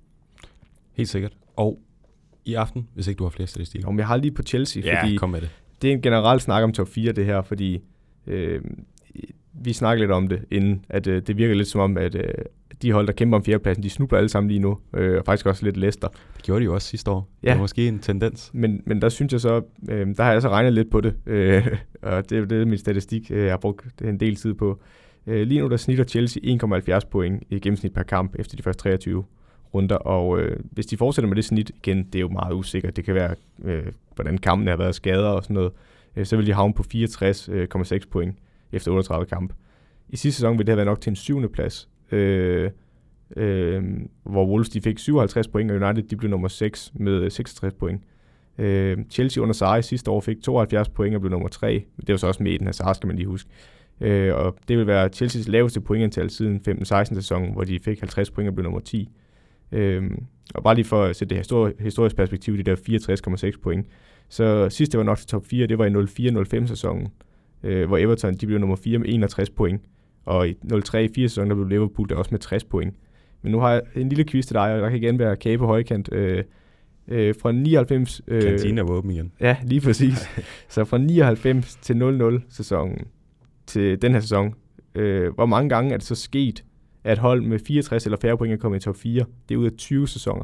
Helt sikkert. Og i aften, hvis ikke du har flere statistikker. Om jeg har lige på Chelsea, ja, fordi kom med det. Det er en generel snak om top fire, det her, fordi øh, vi snakker lidt om det inden, at øh, det virker lidt som om, at øh, de hold, der kæmper om fjerdepladsen, de snubler alle sammen lige nu, øh, og faktisk også lidt Leicester. Det gjorde de jo også sidste år. Ja. Det var måske en tendens. Men, men der synes jeg så, øh, der har jeg så regnet lidt på det, øh, og det er det min statistik, øh, jeg har brugt en del tid på. Øh, lige nu der snitter Chelsea en komma halvfjerds point i gennemsnit per kamp efter de første treogtyve runder, og øh, hvis de fortsætter med det snit igen, det er jo meget usikkert. Det kan være, øh, hvordan kampen har været skader og sådan noget. Øh, så vil de havne på fireogtres komma seks point efter otteogtredive kamp. I sidste sæson ville det have været nok til en syvende plads, øh, øh, hvor Wolves de fik syvoghalvtreds point, og United de blev nummer seks med seksogtres point. Øh, Chelsea under Sarri sidste år fik tooghalvfjerds point og blev nummer tre. Det var så også med i den her Sarri, skal man lige huske. Øh, og det vil være Chelseas laveste pointantal siden femten seksten sæsonen, hvor de fik halvtreds point og blev nummer ti. Øhm, og bare lige for at sætte det histori- historisk perspektiv, det der fireogtres komma seks point. Så sidst det var nok til top fire, det var i nul fire nul fem sæsonen, øh, hvor Everton de blev nummer fire med enogtres point. Og i nul tre fire sæsonen, der blev Liverpool der også med tres point. Men nu har jeg en lille quiz til dig, og der kan igen være kage på højkant. Øh, øh, fra nioghalvfems... Øh, Kantina var åben igen. Ja, lige præcis. Så fra nioghalvfems til nul nul sæsonen til den her sæson, øh, hvor mange gange er det så sket, at hold med fireogtres eller færre point er kommet i top fire? Det er ud af tyve sæsoner.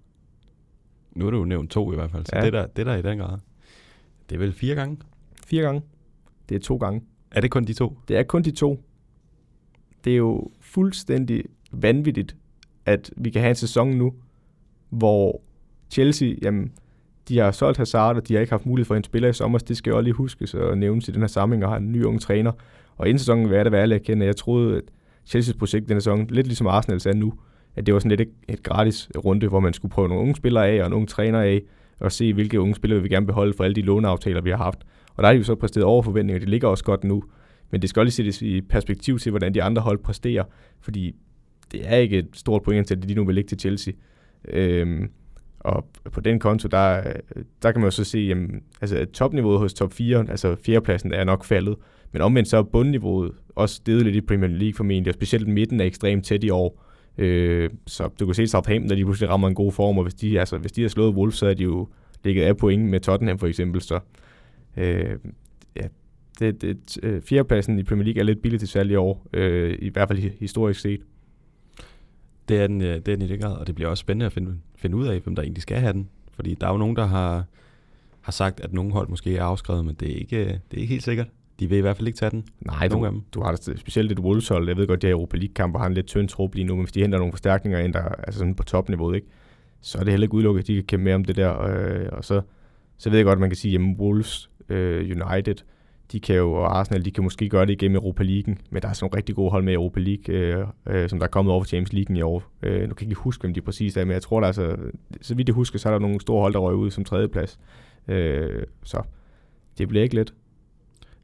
Nu er du jo nævnt to i hvert fald, så ja. det, der, det der i den grad. Det er vel fire gange? Fire gange. Det er to gange. Er det kun de to? Det er kun de to. Det er jo fuldstændig vanvittigt, at vi kan have en sæson nu, hvor Chelsea, jamen, de har solgt Hazard, og de har ikke haft mulighed for en spiller i sommer. Det skal jo også lige huskes og nævnes i den her samling, og har en ny unge træner. Og inden sæsonen vil jeg da være ærlig at kende, jeg troede, at Chelseas projekt denne sæson, lidt ligesom Arsenal's er nu, at det var sådan lidt et gratis runde, hvor man skulle prøve nogle unge spillere af og en unge træner af, og se, hvilke unge spillere vi gerne beholde for alle de låneaftaler, vi har haft. Og der er de jo så præsteret over forventninger, det ligger også godt nu, men det skal også lige sættes i perspektiv til, hvordan de andre hold præsterer, fordi det er ikke et stort point til, at de nu vil ligge til Chelsea. Øhm, og på den konto, der, der kan man jo så se, jamen, altså at topniveauet hos top fire, altså fjerdepladsen, er nok faldet, men omvendt så er bundniveauet også steget lidt i Premier League formentlig, og specielt midten er ekstremt tæt i år. Øh, så du kan se Southampton, når de pludselig rammer en god form, og hvis de, altså, hvis de har slået Wolves, så er de jo ligget af point med Tottenham for eksempel. Så øh, ja, det, det, øh, fjerdepladsen i Premier League er lidt billigt til salg i år, øh, i hvert fald historisk set. Det er den, det er den i det grad, og det bliver også spændende at finde, finde ud af, hvem der egentlig skal have den. Fordi der er jo nogen, der har, har sagt, at nogle hold måske er afskrevet, men det er ikke, det er ikke helt sikkert. De vil i hvert fald ikke tage den. Nej, du, du har det specielt et Wolves-hold. Jeg ved godt, de her Europa League-kamper har en lidt tynd trup lige nu, men hvis de henter nogle forstærkninger ind, der altså sådan på topniveauet, ikke, så er det heller ikke udelukket, at de kan kæmpe mere om det der. Øh, og så, så ved jeg godt, at man kan sige, at Wolves, øh, United, de kan jo, og Arsenal, de kan måske gøre det igennem Europa League, men der er sådan nogle rigtig gode hold med i Europa League, øh, øh, som der er kommet over for Champions League i år. Øh, nu kan jeg ikke huske, hvem de præcis er, men jeg tror, der er så, så vidt jeg husker, så er der nogle store hold, der røg ud som tredjeplads. Øh, så det bliver ikke let.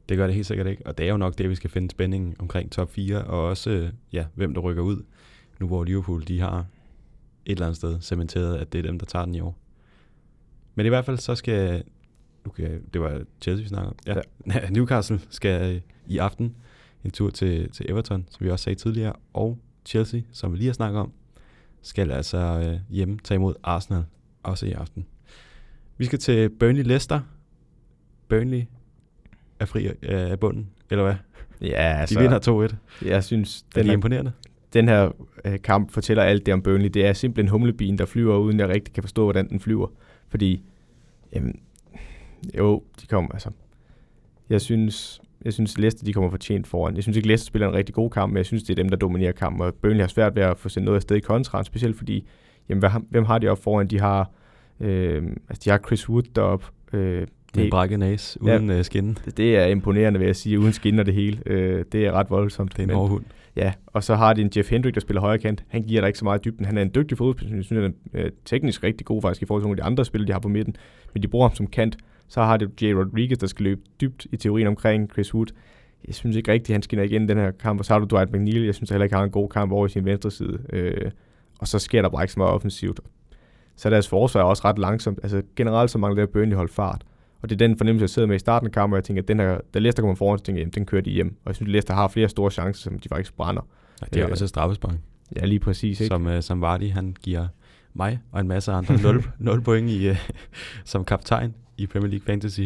Det gør det helt sikkert ikke, og det er jo nok det, vi skal finde spændingen omkring top fire, og også, ja, hvem der rykker ud, nu hvor Liverpool, de har et eller andet sted cementeret, at det er dem, der tager den i år. Men i hvert fald, så skal, okay, det var Chelsea, vi snakker om, ja, ja. Newcastle skal i aften en tur til, til Everton, som vi også sagde tidligere, og Chelsea, som vi lige har snakket om, skal altså øh, hjemme tage imod Arsenal, også i aften. Vi skal til Burnley-Leicester. Burnley er fri af bunden, eller hvad? Ja, altså, de vinder to et. Jeg synes, den den er imponerende. Den her øh, kamp fortæller alt det om Burnley. Det er simpelthen en humlebien, der flyver, uden jeg rigtig kan forstå, hvordan den flyver. Fordi, jamen, jo, de kommer, altså, jeg synes, jeg synes Leicester, de kommer fortjent foran. Jeg synes ikke, Leicester spiller en rigtig god kamp, men jeg synes, det er dem, der dominerer kampen. Og Burnley har svært ved at få sendt noget afsted i kontraen, specielt fordi, jamen, hvem har de op foran? De har, øh, altså, de har Chris Wood deroppe. Øh, Med en brækket næse, uden ja, skinnen. Det, det er imponerende, vil jeg sige, uden skinner det hele. Øh, det er ret voldsomt. Det er en hård hund. Ja, og så har de en Jeff Hendrick, der spiller højre kant. Han giver der ikke så meget dybden. Han er en dygtig fodboldspiller. Jeg synes, han er øh, teknisk rigtig god faktisk i forhold til nogle af de andre spillere, de har på midten. Men de bruger ham som kant. Så har det Jay Rodriguez, der skal løbe dybt i teorien omkring Chris Wood. Jeg synes ikke rigtigt, han skinner igen den her kamp. Og så har du Dwight McNeil. Jeg synes heller ikke, han har en god kamp over i sin venstre side. Øh, og så sker der bare ikke så meget offensivt. Så deres forsvar er også ret langsomt. Altså generelt så mangler det Burnley holde fart. Og det er den fornemmelse, jeg sidder med i starten af kampen, og jeg tænker, at den her, da Leicester kommer foran, så tænker jeg, den kører de hjem. Og jeg synes, at Leicester har flere store chancer, som de faktisk brænder. Ja, det er øh, også straffespark. Ja, lige præcis. Ikke? Som, uh, som Vardy, han giver mig og en masse andre nul, nul point i, uh, som kaptajn i Premier League Fantasy.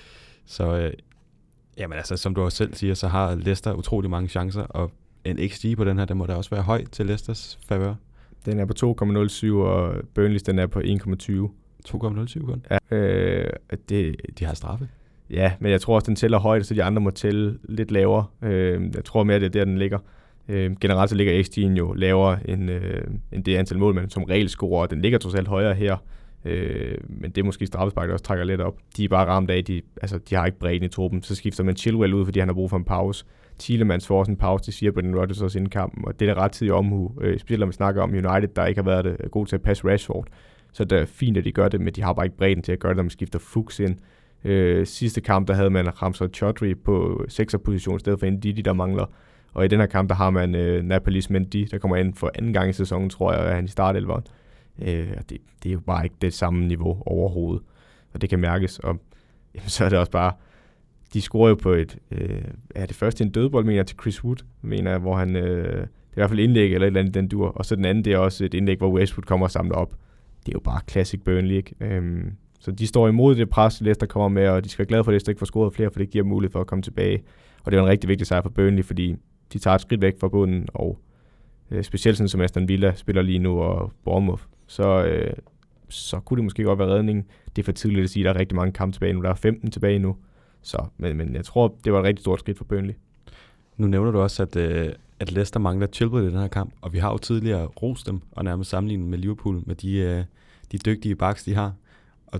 Så uh, jamen altså, som du også selv siger, så har Leicester utrolig mange chancer, og en X G på den her, den må da også være høj til Leicesters favør. Den er på to komma nul syv, og Burnley's den er på en komma tyve. to komma nul syv kun? Ja. Øh, det, de har straffe. Ja, men jeg tror også, den tæller højt, så de andre må tælle lidt lavere. Øh, jeg tror mere, det er der, den ligger. Øh, generelt så ligger X G'en jo lavere end, øh, end det antal mål, man som regel scorer, og den ligger trods alt højere her. Øh, men det er måske straffespark, der også trækker lidt op. De er bare ramt af, de, altså, de har ikke bredden i truppen. Så skifter man Chilwell ud, fordi han har brug for en pause. Tielemans får også en pause, det siger Brendan Rodgers også inden kampen, og det er da ret tidig omhu. Øh, specielt når man snakker om United, der ikke har været det, god til at passe Rashford. Så det er fint, at de gør det, men de har bare ikke bredden til at gøre det, når man skifter Fuchs ind. Øh, sidste kamp, der havde man Ramsey Choudhury på sekser-position, i stedet for Ndidi, der mangler. Og i den her kamp, der har man øh, Napolis Mendy, der kommer ind for anden gang i sæsonen, tror jeg, er han i startelveren. Øh, det, det er jo bare ikke det samme niveau overhovedet, og det kan mærkes. Og jamen, så er det også bare, de scorer jo på et, øh, er det første en dødbold, mener jeg, til Chris Wood, mener jeg, hvor han, øh, det er i hvert fald indlæg eller et eller andet den dur. Og så den anden, det er også et indlæg, hvor Westwood kommer og samler op. Det er jo bare classic Burnley, ikke? Øhm, så de står imod det pres, Leicester kommer med, og de skal være glade for, at Leicester ikke får scoret flere, for det giver mulighed for at komme tilbage. Og det er en rigtig vigtig sejr for Burnley, fordi de tager et skridt væk fra bunden, og øh, specielt sådan som Aston Villa spiller lige nu, og Bournemouth, så, øh, så kunne det måske godt være redningen. Det er for tidligt at sige, at der er rigtig mange kampe tilbage nu. Der er femten tilbage nu. Så, men, men jeg tror, det var et rigtig stort skridt for Burnley. Nu nævner du også, at, øh, at Leicester mangler Chilwell i den her kamp, og vi har jo tidligere rost dem, og nærmest sammenlignet med Liverpool, med de, øh, de dygtige backs, de har. Og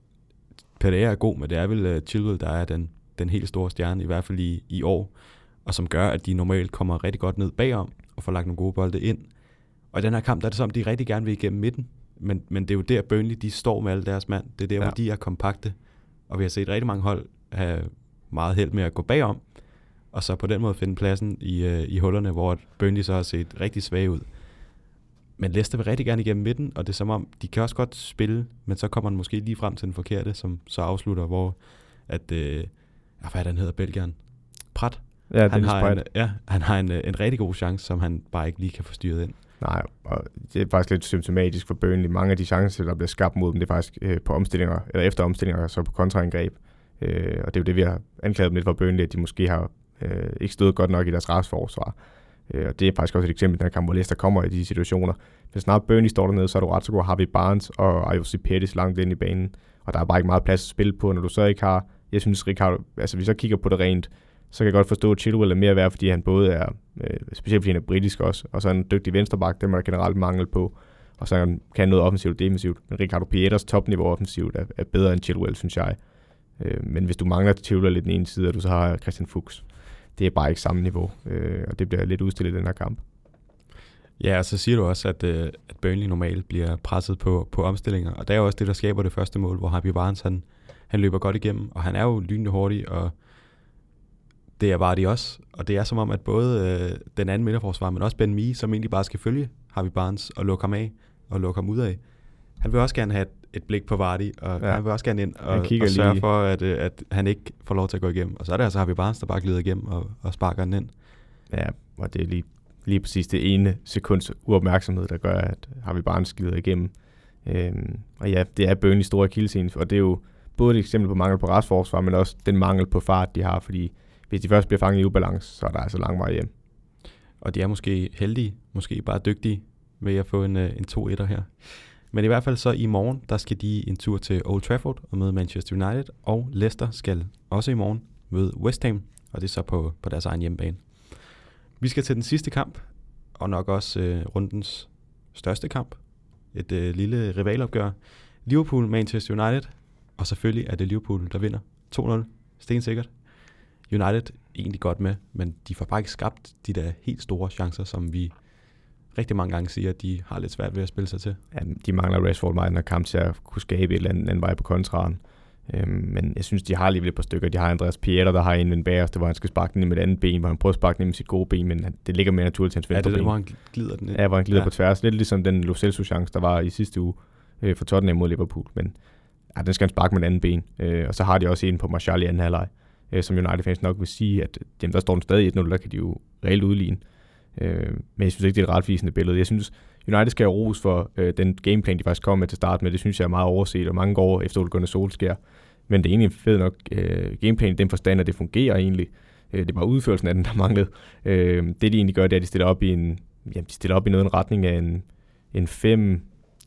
Pereira er god, men det er vel øh, Chilwell, der er den, den helt store stjerne, i hvert fald i, i år, og som gør, at de normalt kommer rigtig godt ned bagom, og får lagt nogle gode bolde ind. Og i den her kamp, der er det som, de rigtig gerne vil igennem midten, men, men det er jo der Burnley, de står med alle deres mand. Det er der, ja. Hvor de er kompakte, og vi har set rigtig mange hold have meget held med at gå bagom, og så på den måde finde pladsen i, øh, i hullerne, hvor Burnley så har set rigtig svage ud. Men Leicester vil rigtig gerne igennem midten, og det er som om, de kan også godt spille, men så kommer man måske lige frem til den forkerte, som så afslutter, hvor at, øh, hvad er det, han hedder, Belgieren? Prat? Ja, han har, en, ja, han har en, en rigtig god chance, som han bare ikke lige kan få styret ind. Nej, og det er faktisk lidt symptomatisk for Burnley. Mange af de chancer, der bliver skabt mod dem, det er faktisk øh, på omstillinger, eller efter omstillinger, så på kontraangreb. Øh, og det er jo det, vi har anklaget dem lidt for Burnley, at de måske har øh, ikke stået godt nok i deres retsforsvar. Øh, og det er faktisk også et eksempel, når kamp, hvor Leicester kommer i de situationer. Hvis snart Burnley står dernede, så er du ret så god Harvey Barnes og Ayoze Pettis langt ind i banen. Og der er bare ikke meget plads at spille på, når du så ikke har... Jeg synes, Ricardo, altså hvis jeg kigger på det rent, så kan jeg godt forstå, at Chilwell er mere værd, fordi han både er, øh, specielt fordi han er britisk også, og så er en dygtig venstreback, dem er der generelt mangel på, og så kan han noget offensivt og defensivt. Men Ricardo Pieters topniveau offensivt er, er bedre end Chilwell, synes jeg. Øh, men hvis du mangler Chilwell lidt den ene side, og du så har Christian Fuchs, det er bare ikke samme niveau, øh, og det bliver lidt udstillet i den her kamp. Ja, og så siger du også, at, øh, at Burnley normalt bliver presset på, på omstillinger, og det er jo også det, der skaber det første mål, hvor Harvey Barnes, han, han løber godt igennem, og han er jo lynende hurtig, og det er Vardy også, og det er som om, at både øh, den anden midterforsvar, men også Ben Mee, som egentlig bare skal følge Harvey Barnes og lukke ham af og lukke ham ud af. Han vil også gerne have et, et blik på Vardy, og ja. han vil også gerne ind og, og sørge lige. for, at, at han ikke får lov til at gå igennem. Og så er det altså Harvey Barnes, der bare glider igennem og, og sparker den ind. Ja, og det er lige, lige præcis det ene sekunds uopmærksomhed, der gør, at Harvey Barnes glider igennem. Øhm, og ja, det er Burnleys store akillescene, og det er jo både et eksempel på mangel på restforsvar, men også den mangel på fart, de har, fordi hvis de først bliver fanget i ubalance, så er der altså lang vej hjem. Og de er måske heldige, måske bare dygtige ved at få en, en to-etter her. Men i hvert fald så i morgen, der skal de en tur til Old Trafford og møde Manchester United, og Leicester skal også i morgen møde West Ham, og det er så på, på deres egen hjemmebane. Vi skal til den sidste kamp, og nok også øh, rundens største kamp. Et øh, lille rivalopgør. Liverpool-Manchester United, og selvfølgelig er det Liverpool, der vinder to nul, stensikkert. United egentlig godt med, men de får bare ikke skabt de der helt store chancer, som vi rigtig mange gange siger, at de har lidt svært ved at spille sig til. Ja, de mangler Rashford meget, når kamp til at kunne skabe et eller andet anden vej på kontraren. Øhm, men jeg synes, de har alligevel et par stykker. De har Andreas Pieter, der har en ved bagerste, hvor han skal sparke den med et andet ben, hvor han prøver at sparke den med sit gode ben, men det ligger mere naturligt til hans venstre ben. Ja, det er hvor han glider den ind. Ja, hvor han glider ja. på tværs. Lidt ligesom den Lo Celso-chance, der var i sidste uge øh, for Tottenham mod Liverpool. Men ja, den skal han sparke med et andet ben. Øh, og så har de også en på Martial i anden halvleg, øh, som United-fans nok vil sige, at jamen, der står den stadig et nul, der kan de jo reelt udligne. Øh, men jeg synes ikke, det er et retvisende billede. Jeg synes, United skal have ros for øh, den gameplan, de faktisk kom med til start med. Det synes jeg er meget overset, og mange går efter Ole Gunnar Solskjaer. Men det er egentlig fedt nok øh, gameplan i den forstand, at det fungerer egentlig. Øh, det er bare udførelsen af den, der manglede. Øh, det de egentlig gør, det er, at de stiller op i en, jamen, de stiller op i noget en retning af en, en fem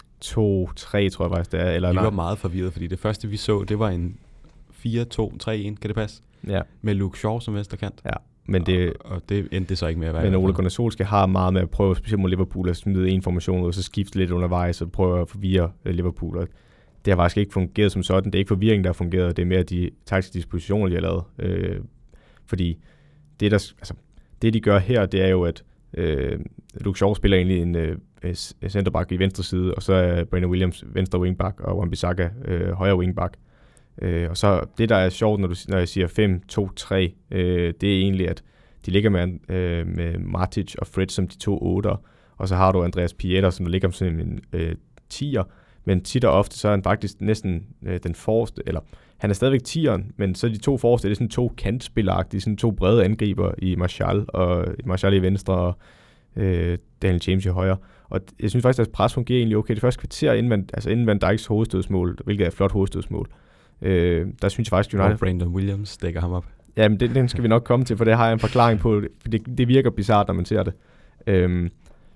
to tre, tror jeg faktisk det er. Eller vi var meget forvirret, fordi det første vi så, det var en fire to tre en, kan det passe? Ja. Med Luke Shaw som venstrekant. Ja. Men det, og, og det endte det så ikke med at være. Men Ole Gunnar Solskjaer har meget med at prøve, specielt mod Liverpool, at smide en formation ud, og så skifte lidt undervejs og prøve at forvirre Liverpool. Og det har faktisk ikke fungeret som sådan. Det er ikke forvirringen, der har fungeret. Det er mere de taktiske dispositioner, de har lavet. Øh, fordi det, der, altså, det, de gør her, det er jo, at øh, Luke Shaw spiller egentlig en øh, centerback i venstre side, og så er Brandon Williams venstre wingback, og Wan-Bissaka øh, højre wingback. Øh, og så det, der er sjovt, når, du, når jeg siger fem to tre, øh, det er egentlig, at de ligger med, øh, med Matic og Fred som de to otter, og så har du Andreas Pieter, som ligger som en øh, tier, men tit og ofte, så er han faktisk næsten øh, den forreste, eller han er stadigvæk tieren, men så de to forreste, det er sådan to kantspilleragtige, sådan to brede angriber i Martial, og Martial i venstre, og øh, Daniel James i højre. Og jeg synes faktisk, at pres fungerer egentlig okay. Det første kvarter, inden Van, altså inden Van Dijks hovedstødsmål, hvilket er et flot hovedstødsmål, øh, der synes jeg faktisk, United... Og Brandon Williams dækker ham op. Ja, men det, den skal vi nok komme til, for det har jeg en forklaring på, for det, det virker bizarrt, når man ser det. Øhm,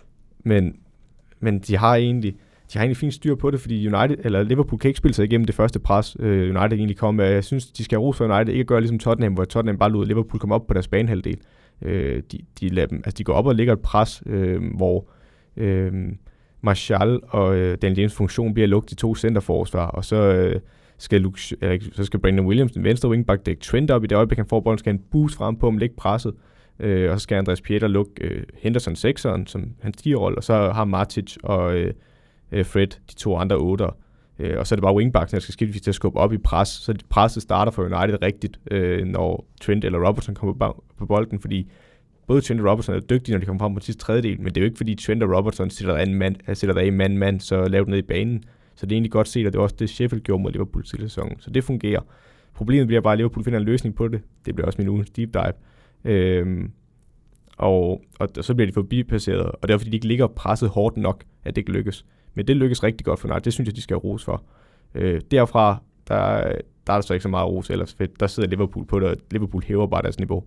men, men de har egentlig... De har egentlig fint styr på det, fordi United, eller Liverpool kan ikke spille sig igennem det første pres, uh, United egentlig kom med. Jeg synes, de skal have ros for United, ikke at gøre ligesom Tottenham, hvor Tottenham bare lod Liverpool komme op på deres banehalvdel. Uh, de, de, lader dem, altså de går op og lægger et pres, uh, hvor uh, Martial og uh, Daniel James' funktion bliver lukket de to centerforsvar, og så, uh, skal Luke, uh, så skal Brandon Williams, den venstre wingback, dække Trent op i det øjeblik, han får bolden, skal han boost frem på ham, lægge presset. Uh, og så skal Andreas Pieter lukke uh, Henderson sekseren, som hans tigerrolle, og så har Matic og... Uh, Fred, de to andre otter. Øh, og så er det bare wingbacken, der skal skifte til at skubbe op i pres. Så presset starter for United rigtigt, øh, når Trent eller Robertson kommer på, på bolden, fordi både Trent og Robertson er dygtige, når de kommer frem på sidste tredjedel, men det er jo ikke, fordi Trent og Robertson sætter der en mand, sætter der en mand-mand, så lavt ned i banen. Så det er egentlig godt set, og det er også det, Sheffield gjorde mod Liverpool til sæsonen. Så det fungerer. Problemet bliver bare, at Liverpool finder en løsning på det. Det bliver også min ugens deep dive. Øh, og, og, og så bliver de forbipasseret, og det er fordi, de ikke ligger presset hårdt nok, at det ikke lykkes. Men det lykkes rigtig godt for United. Det synes jeg, de skal have ros for. Øh, derfra, der, der er der så ikke så meget ros ellers, for der sidder Liverpool på det, og Liverpool hæver bare deres niveau.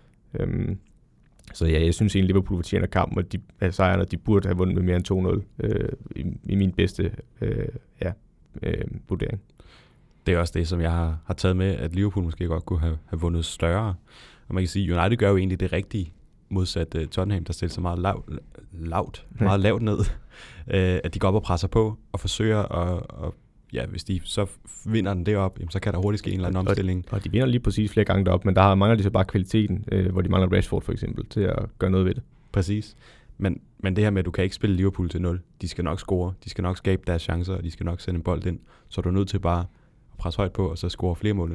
Øhm, så ja, jeg synes egentlig, Liverpool fortjener kampen, og de altså, sejrene, de burde have vundet med mere end to nul øh, i, i min bedste øh, ja, øh, vurdering. Det er også det, som jeg har, har taget med, at Liverpool måske godt kunne have, have vundet større. Og man kan sige, at United gør jo egentlig det rigtige, modsat uh, Tottenham, der stiller sig meget lavt, lavt, meget lavt ned, uh, at de går op og presser på og forsøger at, og, ja, hvis de så vinder den derop, jamen, så kan der hurtigt ske en eller anden omstilling. Og, og de vinder lige præcis flere gange derop, men der mangler de så bare kvaliteten, uh, hvor de mangler Rashford for eksempel, til at gøre noget ved det. Præcis. Men, men det her med, at du kan ikke spille Liverpool til nul, de skal nok score, de skal nok skabe deres chancer, og de skal nok sende en bold ind, så er du nødt til bare at presse højt på, og så score flere mål end dem.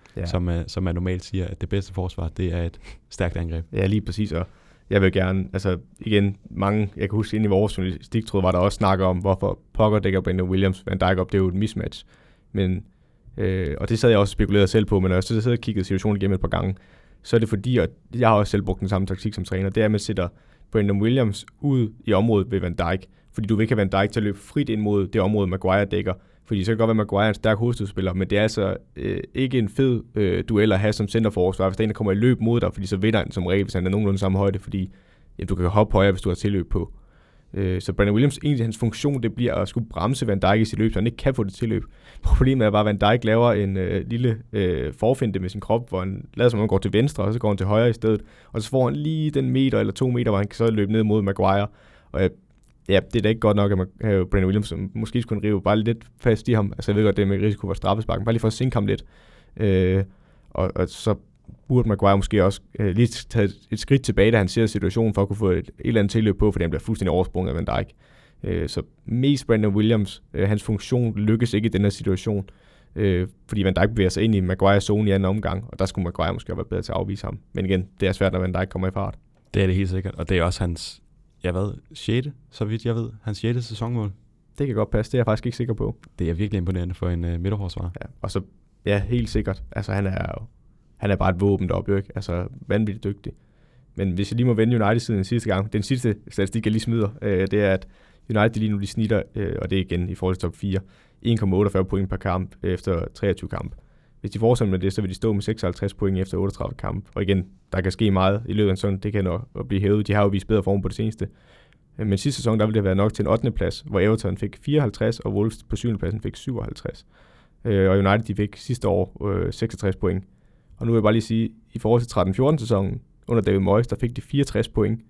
ja. som, uh, som man normalt siger, at det bedste forsvar, det er et stærkt angreb. Ja, lige præcis, og jeg vil gerne, altså igen, mange, jeg kan huske, inde i vores journalistiktråd var der også snak om, hvorfor pokker dækker Brandon Williams Van Dijk op, det er jo et mismatch. Men, øh, og det sad jeg også spekuleret selv på, men når jeg så sad og kiggede situationen igennem et par gange, så er det fordi, at jeg har også selv brugt den samme taktik som træner, det er, at man sætter Brandon Williams ud i området ved Van Dijk, fordi du vil ikke have Van Dijk til at løbe frit ind mod det område, Maguire dækker, fordi så kan det godt være, at Maguire er en stærk hovedstødspiller, men det er altså øh, ikke en fed øh, duel at have som centerforsvar, hvis der er en, der kommer i løb mod dig, fordi så vinder han som regel, hvis han er nogenlunde samme højde, fordi jamen, du kan hoppe højere, hvis du har tilløb på. Øh, så Brandon Williams, egentlig hans funktion, det bliver at skulle bremse Van Dijk i sit løb, så han ikke kan få det tilløb. Problemet er bare, at Van Dijk laver en øh, lille øh, forfinte med sin krop, hvor han lader som om han går til venstre, og så går han til højre i stedet, og så får han lige den meter eller to meter, hvor han kan så løbe ned mod Maguire. Og øh, ja, det er da ikke godt nok, at have Brandon Williams, som måske skulle rive bare lidt fast i ham. Altså jeg ved godt, det med risiko for straffesparken, bare lige for at sinke ham lidt. Øh, og, og så burde Maguire måske også øh, lige tage et, et skridt tilbage, da han ser situationen, for at kunne få et, et eller andet tilløb på, fordi han bliver fuldstændig oversprunget af Van Dijk. Øh, så mest Brandon Williams, øh, hans funktion lykkes ikke i den her situation, øh, fordi Van Dijk bevæger sig ind i Maguires zone i anden omgang, og der skulle Maguire måske have været bedre til at afvise ham. Men igen, det er svært, når Van Dijk kommer i fart. Det er det helt sikkert, og det er også hans, jeg ved, sjette, så vidt jeg ved, hans sjette sæsonmål. Det kan godt passe, det er jeg faktisk ikke sikker på. Det er virkelig imponerende for en uh, midterforsvarer. Ja, og så, ja, helt sikkert. Altså han er jo, han er bare et våben deroppe, jo ikke? Altså vanvittigt dygtig. Men hvis jeg lige må vende United-siden den sidste gang, den sidste statistik, jeg lige smider, øh, det er, at United lige nu de snitter, øh, og det er igen i forhold til top fire, en komma otteogfyrre point per kamp efter treogtyve kamp. Hvis de fortsætter med det, så vil de stå med seksoghalvtreds point efter otteogtredive kamp. Og igen, der kan ske meget i løbet af sådan, det kan nok blive hævet. De har jo vist bedre form på det seneste. Men sidste sæson, der ville det være nok til en ottende plads, hvor Everton fik fireoghalvtreds, og Wolves på syvende pladsen fik syvoghalvtreds. Og United, de fik sidste år øh, seksogtres point. Og nu vil jeg bare lige sige, i forhold til tretten fjorten sæsonen, under David Moyes, der fik de fireogtres point.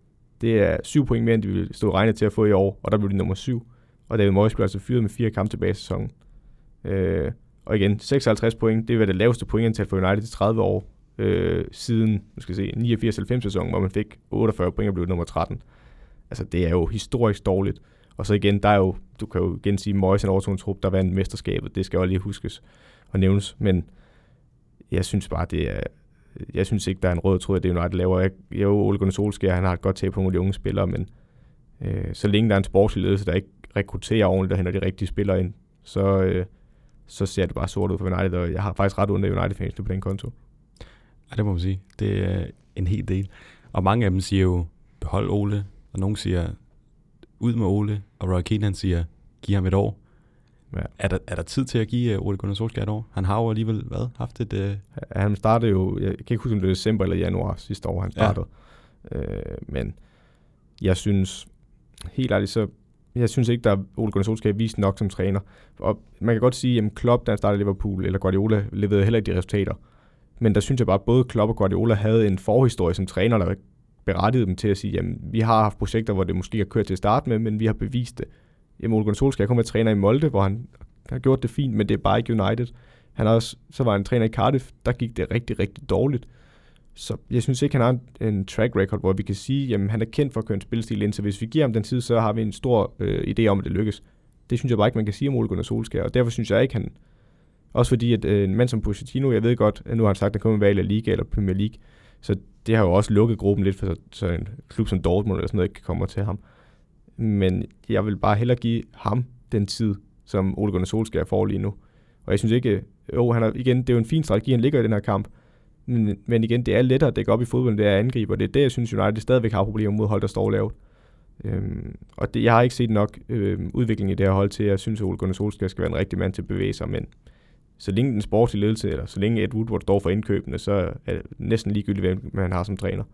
Det er syv point mere, end de ville stå regnet til at få i år, og der blev de nummer syv. Og David Moyes blev altså fyret med fire kampe tilbage i sæsonen. Øh, og igen, seksoghalvtreds point, det var det laveste pointantal for United i tredive år, øh, siden nu skal jeg se, niogfirs halvfems sæsonen, hvor man fik otteogfyrre point og blev nummer tretten. Altså det er jo historisk dårligt. Og så igen, der er jo, du kan jo igen sige, Moyes er en overtog en trup, der vandt mesterskabet, det skal jo lige huskes og nævnes, men jeg synes bare, det er, jeg synes ikke, der er en rød tråd, at det United laver. Jeg, jo, Ole Gunnar Solskjaer, han har et godt tag på nogle af de unge spillere, men øh, så længe der er en sportslig ledelse, der ikke rekrutterer ordentligt og henter de rigtige spillere ind, så, øh, så ser det bare sort ud for United, og jeg har faktisk ret under United-fansene på den konto. Ja, det må man sige. Det er en hel del. Og mange af dem siger jo, behold Ole, og nogen siger, ud med Ole, og Roy Keane, han siger, giv ham et år. Ja. Er, der, er der tid til at give uh, Ole Gunnar Solskjaer et år? Han har jo alligevel, hvad, haft et... Uh... Ja, han startede jo, jeg kan ikke huske, om det var december eller januar sidste år, han startede. Ja. Øh, men jeg synes, helt ærligt, så jeg synes ikke, der er Ole Gunnar Solskjaer vist nok som træner. Og man kan godt sige, at Klopp, da han startede Liverpool, eller Guardiola, leverede heller ikke de resultater. Men der synes jeg bare, at både Klopp og Guardiola havde en forhistorie som træner, der berettigede dem til at sige, jamen, vi har haft projekter, hvor det måske har kørt til at starte med, men vi har bevist det. Jamen, Ole Gunnar Solskjaer kom med træner i Molde, hvor han har gjort det fint, men det er bare ikke United. Han også, så var han træner i Cardiff, der gik det rigtig, rigtig dårligt. Så jeg synes ikke, han har en, en track record, hvor vi kan sige, jamen han er kendt for at køre en spilstil ind, så hvis vi giver ham den tid, så har vi en stor øh, idé om, at det lykkes. Det synes jeg bare ikke, man kan sige om Ole Gunnar Solskjaer, og derfor synes jeg ikke, han... Også fordi, at øh, en mand som Pochettino, jeg ved godt, at nu har han sagt, at han kommer med i La Liga eller Premier League, så det har jo også lukket gruppen lidt, for så, så en klub som Dortmund eller sådan noget ikke kan komme til ham. Men jeg vil bare hellere give ham den tid, som Ole Gunnar Solskjaer får lige nu. Og jeg synes ikke, jo, han er, igen, det er jo en fin strategi, han ligger i den her kamp. Men, men igen, det er lettere at dække op i fodbold, det er at angribe, og det er det, jeg synes, United stadigvæk har problemer mod hold, der står lavt. Øhm, og det, jeg har ikke set nok øhm, udvikling i det her hold til, at jeg synes, at Ole Gunnar Solskjaer skal være en rigtig mand til at bevæge sig, men så længe den sportslige ledelse, eller så længe Ed Woodward står for indkøbene, så er det næsten ligegyldigt, hvem man har som træner.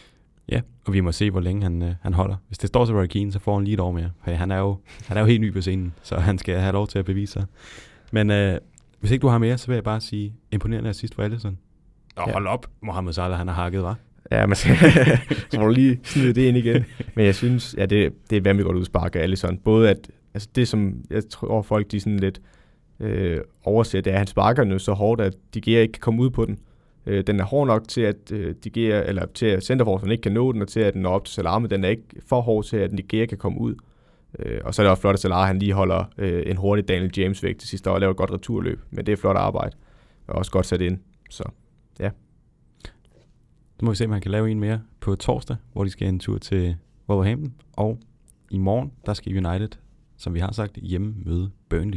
Ja, og vi må se, hvor længe han, øh, han holder. Hvis det står til Roy Keane, så får han lige et år mere. For han er jo, han er jo helt ny på scenen, så han skal have lov til at bevise sig. Men øh, hvis ikke du har mere, så vil jeg bare sige, imponerende assist for Alisson. Og ja. Hold op, Mohamed Salah, han har hakket, hva'? Ja, men så må du lige snide det ind igen. Men jeg synes, ja, det, det er vanvittigt godt udspark af Alisson. Både at, altså det som, jeg tror folk, de sådan lidt øh, overser, det er, at han sparker nu så hårdt, at De Gea ikke kan komme ud på den. Øh, den er hård nok til, at øh, De Gea, eller til at centerforsvaret ikke kan nå den, og til at den når op til Salah, men den er ikke for hård til, at De Gea kan komme ud. Øh, og så er det også flot, at Salah, han lige holder øh, en hurtig Daniel James væk til sidste år og laver et godt returløb. Men det er flot arbejde. også godt sat ind. Så ja. Så må vi se, om han kan lave en mere på torsdag, hvor de skal en tur til Wolverhampton. Og i morgen, der skal United, som vi har sagt, hjemme møde Burnley.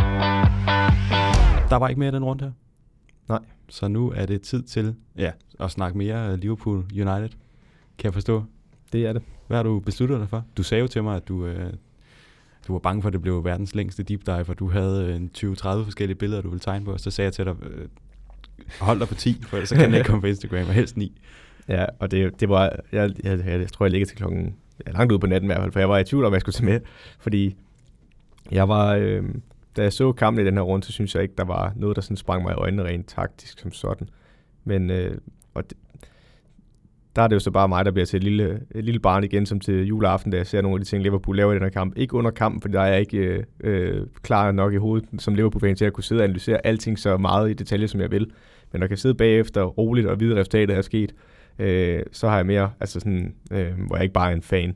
Der var ikke mere den rundt her. Nej. Så nu er det tid til ja, at snakke mere Liverpool United. Kan jeg forstå? Det er det. Hvad har du besluttet dig for? Du sagde jo til mig, at du, øh, du var bange for, at det blev verdens længste deep dive, for du havde en tyve til tredive forskellige billeder, du ville tegne på, og så sagde jeg til dig, øh, hold dig på ti, for ellers så kan den ikke komme på Instagram, og helst ni. Ja, og det, det var, jeg, jeg, jeg, jeg tror, jeg ligger til klokken, ja, langt ude på natten i hvert fald, for jeg var i tvivl om, jeg skulle tage med, fordi jeg var, øh, da jeg så kampen i den her runde, så synes jeg ikke, der var noget, der sådan sprang mig i øjnene rent taktisk som sådan. Men øh, og det, der er det jo så bare mig, der bliver til et lille, et lille barn igen, som til juleaften, da jeg ser nogle af de ting, Liverpool laver i den her kamp. Ikke under kampen, for der er jeg ikke øh, øh, klar nok i hovedet som Liverpool-fan til at kunne sidde og analysere alting så meget i detaljer, som jeg vil. Men når jeg kan sidde bagefter roligt og vide, at resultatet er sket, øh, så har jeg mere, altså sådan, øh, hvor jeg ikke bare er en fan.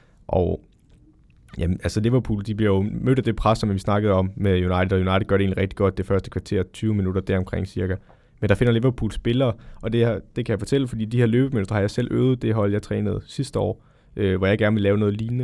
Og jamen, altså Liverpool, de bliver jo mødt af det pres, som vi snakkede om med United, og United gør det egentlig rigtig godt det første kvarter, tyve minutter deromkring cirka. Men der finder Liverpool spillere, og det her, det kan jeg fortælle, fordi de her løbemønstre har jeg selv øvet, det hold jeg trænede sidste år, øh, hvor jeg gerne vil lave noget lignende.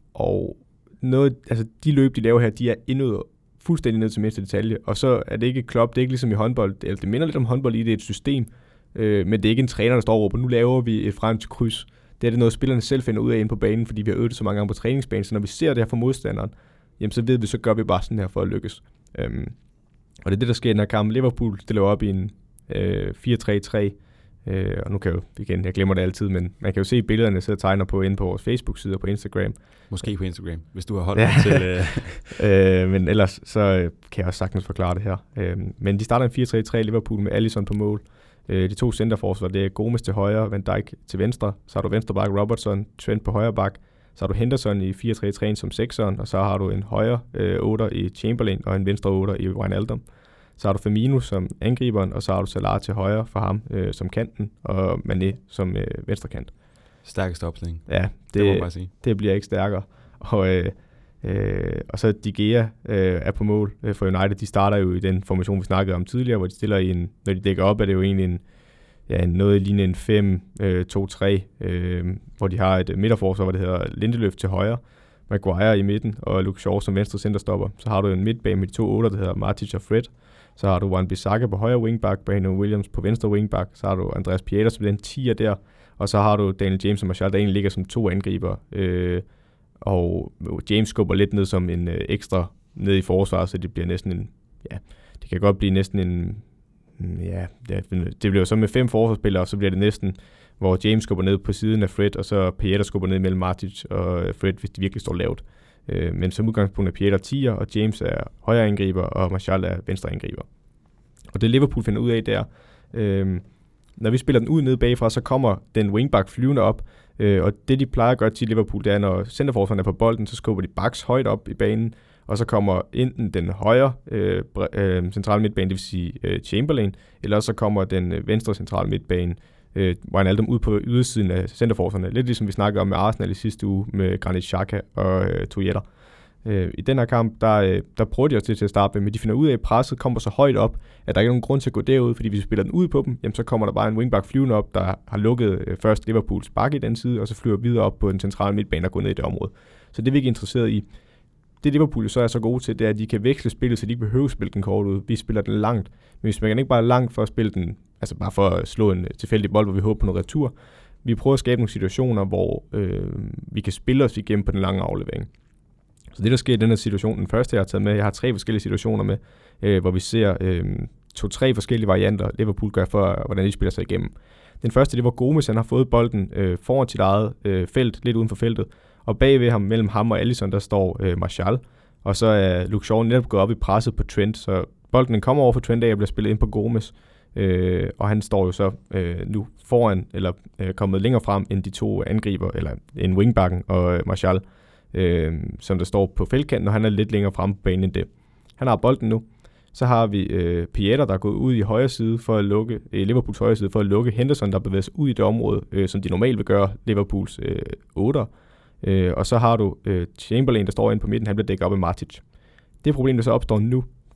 Og noget, altså de løb, de laver her, de er indøvet fuldstændig ned til mindste detalje, og så er det ikke klub, det er ikke ligesom i håndbold, eller det minder lidt om håndbold i, det er et system, øh, men det er ikke en træner, der står og råber, nu laver vi et frem til kryds. Det er det noget, spillerne selv finder ud af inde på banen, fordi vi har øvet det så mange gange på træningsbanen, så når vi ser det her fra modstanderen, jamen så ved vi, så gør vi bare sådan her for at lykkes. Øhm, og det er det, der sker i den her kamp. Liverpool stiller op i en øh, fire tre tre, øh, og nu kan jeg jo, igen, jeg glemmer det altid, men man kan jo se billederne, så tegner på inde på vores Facebook-side og på Instagram. Måske på Instagram, hvis du har holdt ja. til... Øh... øh, men ellers, så øh, kan jeg også sagtens forklare det her. Øh, men de starter en fire tre tre Liverpool med Alisson på mål. De to centerforsvar, det er Gomes til højre, Van Dijk til venstre, så har du venstre bak Robertson, Trent på højre bak, så har du Henderson i fire tre tre som sekseren, og så har du en højre øh, otter i Chamberlain og en venstre otter i Wijnaldum. Så har du Firmino som angriberen, og så har du Salah til højre for ham øh, som kanten, og Mané som øh, venstre kant. Stærkeste opstilling. Ja, det, det, må man bare sige. Det bliver ikke stærkere. Og, øh, øh, og så De Gea øh, er på mål øh, for United. De starter jo i den formation, vi snakkede om tidligere, hvor de stiller i en, når de dækker op, er det jo egentlig en, ja, noget lignende en fem to tre, øh, hvor de har et midterforsvar, hvor det hedder Lindeløf til højre, Maguire i midten, og Luke Shaw som venstre centerstopper. Så har du en midtbane med de to otter, der hedder Matic og Fred. Så har du Wan-Bissaka på højre wingback, Brandon Williams på venstre wingback, så har du Andreas Pieter som den tier der, og så har du Daniel James og Martial, der egentlig ligger som to angriber, øh, og James skubber lidt ned som en øh, ekstra ned i forsvaret, så det bliver næsten en, ja, det kan godt blive næsten en, ja, det bliver så med fem forsvarsspillere, og så bliver det næsten, hvor James skubber ned på siden af Fred, og så Pieter skubber ned mellem Matic og Fred, hvis de virkelig står lavt. Øh, men som udgangspunkt er Pieter tier, og James er højre angriber, og Martial er venstre angriber. Og det Liverpool finder ud af der, øh, når vi spiller den ud nede bagfra, så kommer den wingback flyvende op, øh, og det de plejer at gøre til Liverpool, det er, når centerforsvaren er på bolden, så skubber de backs højt op i banen, og så kommer enten den højre øh, øh, centrale midtbane, det vil sige øh, Chamberlain, eller så kommer den øh, venstre centrale midtbane, øh, Wijnaldum ud på ydersiden af centerforsvarerne, lidt ligesom vi snakkede om med Arsenal i sidste uge med Granit Xhaka og øh, Toyota. Øh, I den her kamp, der, øh, der prøver de også til, til at starte med, men de finder ud af, at presset kommer så højt op, at der ikke er nogen grund til at gå derud, fordi hvis vi spiller den ud på dem, jamen, så kommer der bare en wingback flyvende op, der har lukket øh, først Liverpools bakke i den side, og så flyver videre op på den centrale midtbane og går ned i det område. Så det er vi ikke interesseret i. Det Liverpool så er så gode til, det er, at de kan veksle spillet, så de ikke behøver at spille den kort ud. Vi spiller den langt, men vi spiller den ikke bare langt for at spille den, altså bare for at slå en tilfældig bold, hvor vi håber på noget retur. Vi prøver at skabe nogle situationer, hvor øh, vi kan spille os igennem på den lange aflevering. Så det, der sker i den her situation, den første, jeg har taget med, jeg har tre forskellige situationer med, øh, hvor vi ser øh, to-tre forskellige varianter, Liverpool gør for, hvordan de spiller sig igennem. Den første, det var Gomes, han har fået bolden øh, foran sit eget øh, felt, lidt uden for feltet, og bagved ham, mellem ham og Alisson, der står øh, Martial, og så er Luke Shaw netop gået op i presset på Trent, så bolden den kommer over for Trent af og bliver spillet ind på Gomes, øh, og han står jo så øh, nu foran, eller øh, kommet længere frem end de to angriber, eller en wingbacken og øh, Martial, øh, som der står på feltkanten, og han er lidt længere frem på banen end det. Han har bolden nu. Så har vi øh, Pieter, der er gået ud i højre side for at lukke, øh, Liverpools højre side for at lukke Henderson, der bevæger sig ud i det område, øh, som de normalt vil gøre, Liverpools øh, otter. Øh, og så har du øh, Chamberlain, der står inde på midten, han bliver dækket op af Matic. Det problem, der så opstår nu,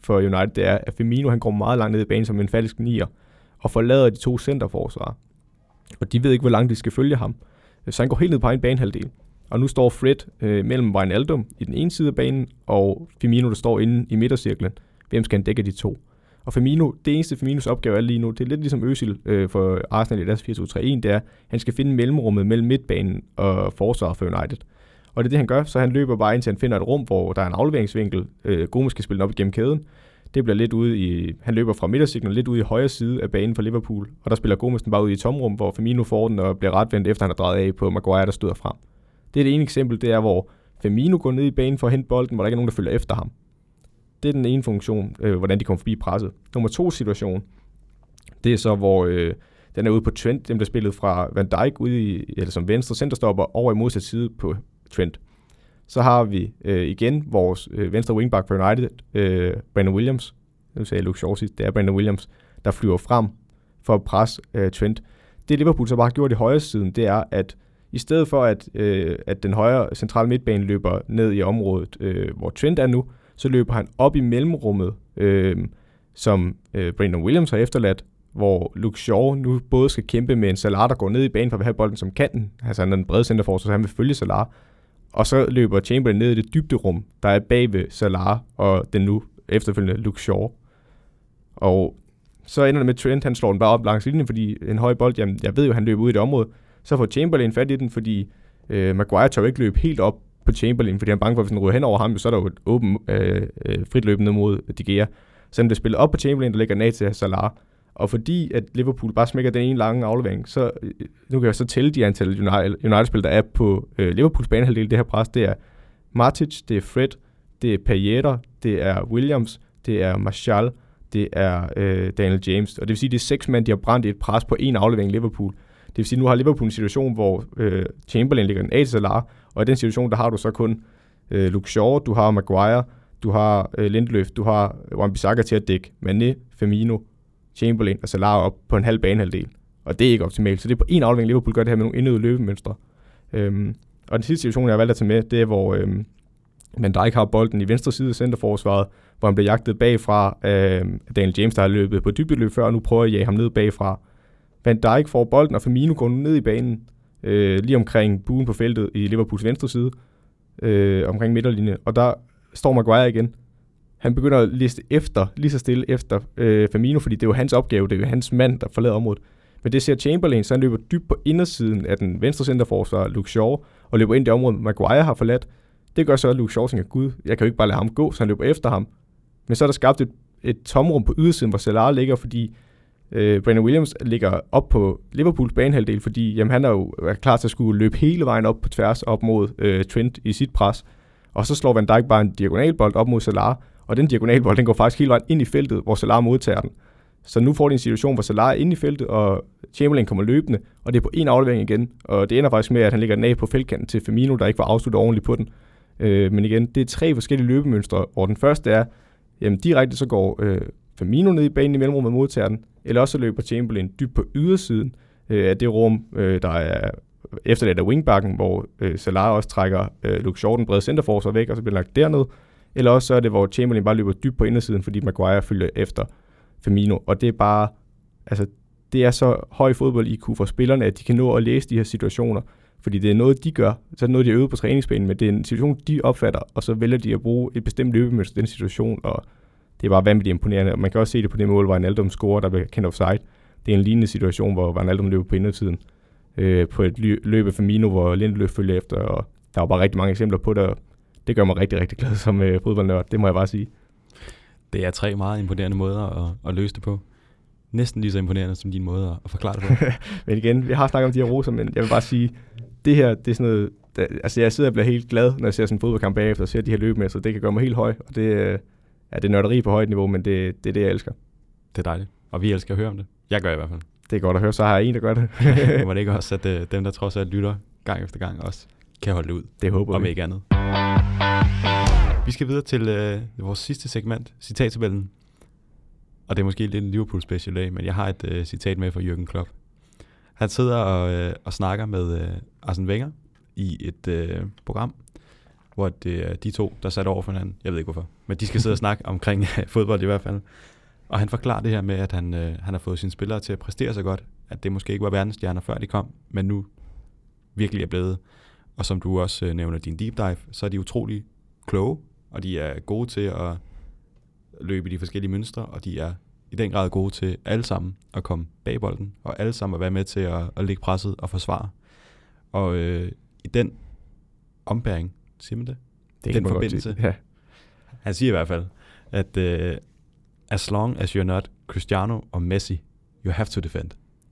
for United, det er, at Firmino han går meget langt ned i banen som en falsk nier, og forlader de to centerforsvarer. Og de ved ikke, hvor langt de skal følge ham. Så han går helt ned på en banehalvdel. Og nu står Fred øh, mellem Wijnaldum i den ene side af banen, og Firmino, der står inde i midtercirklen. Hvem skal han dække de to? Og Firmino, det eneste Firminos opgave er lige nu, det er lidt ligesom Özil øh, for Arsenal i deres fire to tre en, det er, at han skal finde mellemrummet mellem midtbanen og forsvaret for United. Og det er det, han gør, så han løber bare ind til, han finder et rum, hvor der er en afleveringsvinkel. Øh, Gomes skal spille den op igennem kæden. Det bliver lidt ude i, han løber fra midtercirklen lidt ud i højre side af banen for Liverpool, og der spiller Gomes den bare ud i et tomrum, hvor Firmino får den og bliver retvendt, efter han har drejet af på Maguire, der støder frem. Det er det ene eksempel, det er, hvor Firmino går ned i banen for at hente bolden, hvor der ikke er nogen, der følger efter ham. Det er den ene funktion, øh, hvordan de kommer forbi presset. Nummer to situation, det er så, hvor øh, den er ude på Trent, den bliver spillet fra Van Dijk ude i, eller som venstre centerstopper over i modsat side på Trent. Så har vi øh, igen vores øh, venstre wingback for United, øh, Brandon Williams. Nu sagde jeg Luke Shaw sidst, det er Brandon Williams, der flyver frem for at presse øh, Trent. Det Liverpool så bare har gjort i højre siden, det er, at i stedet for, at, øh, at den højre centrale midtbane løber ned i området, øh, hvor Trent er nu, så løber han op i mellemrummet, øh, som øh, Brandon Williams har efterladt, hvor Luke Shaw nu både skal kæmpe med en Salah, der går ned i banen for at have bolden som kanten. Altså han er den brede centerforsvar, så han vil følge Salah. Og så løber Chamberlain ned i det dybderum, der er bag ved Salah og den nu efterfølgende Luke Shaw. Og så ender det med Trent, han slår den bare op langs linjen, fordi en høj bold, jamen jeg ved jo, han løber ud i det område. Så får Chamberlain fat i den, fordi øh, Maguire tør ikke løbe helt op på Chamberlain, fordi han er bange for, at hvis den ryger hen over ham, så er der jo et åbent øh, øh, frit løb ned mod De Gea. Så han bliver spillet op på Chamberlain, der ligger ned til Salah. Og fordi at Liverpool bare smækker den ene lange aflevering, så øh, nu kan jeg så tælle de antal United-spil, der er på øh, Liverpools banehalvdel. Det her pres, det er Matic, det er Fred, det er Payeta, det er Williams, det er Martial, det er øh, Daniel James. Og det vil sige, at det er seks mand, de har brændt i et pres på en aflevering Liverpool. Det vil sige, at nu har Liverpool en situation, hvor øh, Chamberlain ligger den af til Salah, og i den situation, der har du så kun øh, Luke Shaw, du har Maguire, du har øh, Lindeløf, du har Wan-Bissaka til at dække Mané, Firmino, Chamberlain og Salah op på en halv banehalvdel. Og det er ikke optimalt. Så det er på en aflevering, Liverpool gør det her med nogle indøvede løbemønstre. Øhm, og den sidste situation, jeg har valgt at tage med, det er, hvor øhm, Van Dijk har bolden i venstre side af centerforsvaret, hvor han bliver jagtet bagfra af øhm, Daniel James, der har løbet på dybdeløb før, og nu prøver at jage ham ned bagfra. Van Dijk får bolden, og Firmino går ned i banen, øh, lige omkring buen på feltet i Liverpools venstre side, øh, omkring midterlinjen. Og der står Maguire igen. Han begynder at liste efter, lige så stille efter øh, Firmino, fordi det er jo hans opgave, det er jo hans mand, der forlader området. Men det ser Chamberlain, så han løber dybt på indersiden af den venstre centerforsvar, Luke Shaw, og løber ind i det område, Maguire har forladt. Det gør så, at Luke Shaw tænker, gud, jeg kan jo ikke bare lade ham gå, så han løber efter ham. Men så er der skabt et, et tomrum på ydersiden, hvor Salah ligger, fordi øh, Brandon Williams ligger op på Liverpools banehalvdel, fordi jamen, han er jo er klar til at skulle løbe hele vejen op på tværs op mod øh, Trent i sit pres. Og så slår Van Dijk bare en diagonalbold op mod Salah, og den diagonalbold, den går faktisk hele vejen ind i feltet, hvor Salah modtager den. Så nu får de en situation, hvor Salah er inde i feltet, og Chamberlain kommer løbende, og det er på en aflevering igen. Og det ender faktisk med, at han ligger den af på feltkanten til Firmino, der ikke var afsluttet ordentligt på den. Øh, men igen, det er tre forskellige løbemønstre, hvor den første er, jamen direkte så går øh, Firmino ned i banen i mellemrummet og modtager den, eller også løber Chamberlain dybt på ydersiden øh, af det rum, øh, der er efterladt af wingbacken, hvor øh, Salah også trækker øh, Luke Shaw den brede centerforsvar væk, og så bliver lagt derned. Eller også så er det, hvor Chamberlain bare løber dybt på indersiden, fordi Maguire følger efter Firmino. Og det er bare, altså, det er så høj fodbold-I Q for spillerne, at de kan nå at læse de her situationer. Fordi det er noget, de gør. Så er det noget, de har øvet på træningsbanen, men det er en situation, de opfatter, og så vælger de at bruge et bestemt løbemønster i den situation, og det er bare vanvittigt imponerende. Og man kan også se det på det mål, hvor Wijnaldum scorer, der bliver kendt offside. Det er en lignende situation, hvor Wijnaldum løber på indersiden øh, på et løb af Firmino, hvor Lindeløf følger efter, og der er bare rigtig mange eksempler på det. Det gør mig rigtig, rigtig glad som øh, fodboldnørd, det må jeg bare sige. Det er tre meget imponerende måder at, at løse det på. Næsten lige så imponerende som din måde at forklare det på. Men igen, vi har snakket om de her roser, men jeg vil bare sige, det her, det er sådan noget, der, altså jeg sidder og bliver helt glad, når jeg ser sådan en fodboldkamp bagefter, og ser de her løbemestre, det kan gøre mig helt høj, og det, ja, det er nørderi på højt niveau, men det, det er det, jeg elsker. Det er dejligt, og vi elsker at høre om det. Jeg gør i hvert fald. Det er godt at høre, så har jeg en, der gør det. Må det ikke også, at uh, dem, der trods alt lytter gang efter gang, også kan holde det ud? Det håber vi. Om ikke andet. Vi skal videre til uh, vores sidste segment, citattabellen. Og det er måske lidt en Liverpool-special dag, men jeg har et uh, citat med fra Jürgen Klopp. Han sidder og, uh, og snakker med uh, Arsene Wenger i et uh, program, hvor det er de to, der satte over for hinanden. Jeg ved ikke hvorfor, men de skal sidde og snakke omkring fodbold i hvert fald. Og han forklarer det her med, at han, øh, han har fået sine spillere til at præstere så godt, at det måske ikke var verdensstjerner før de kom, men nu virkelig er blevet. Og som du også øh, nævner din deep dive, så er de utrolig kloge, og de er gode til at løbe i de forskellige mønstre, og de er i den grad gode til alle sammen at komme bag bolden, og alle sammen at være med til at, at lægge presset og forsvare. Og øh, i den ombæring, siger man det? Det den forbindelse. Ja. Han siger i hvert fald, at uh, as long as you're not Cristiano og Messi, you have to defend.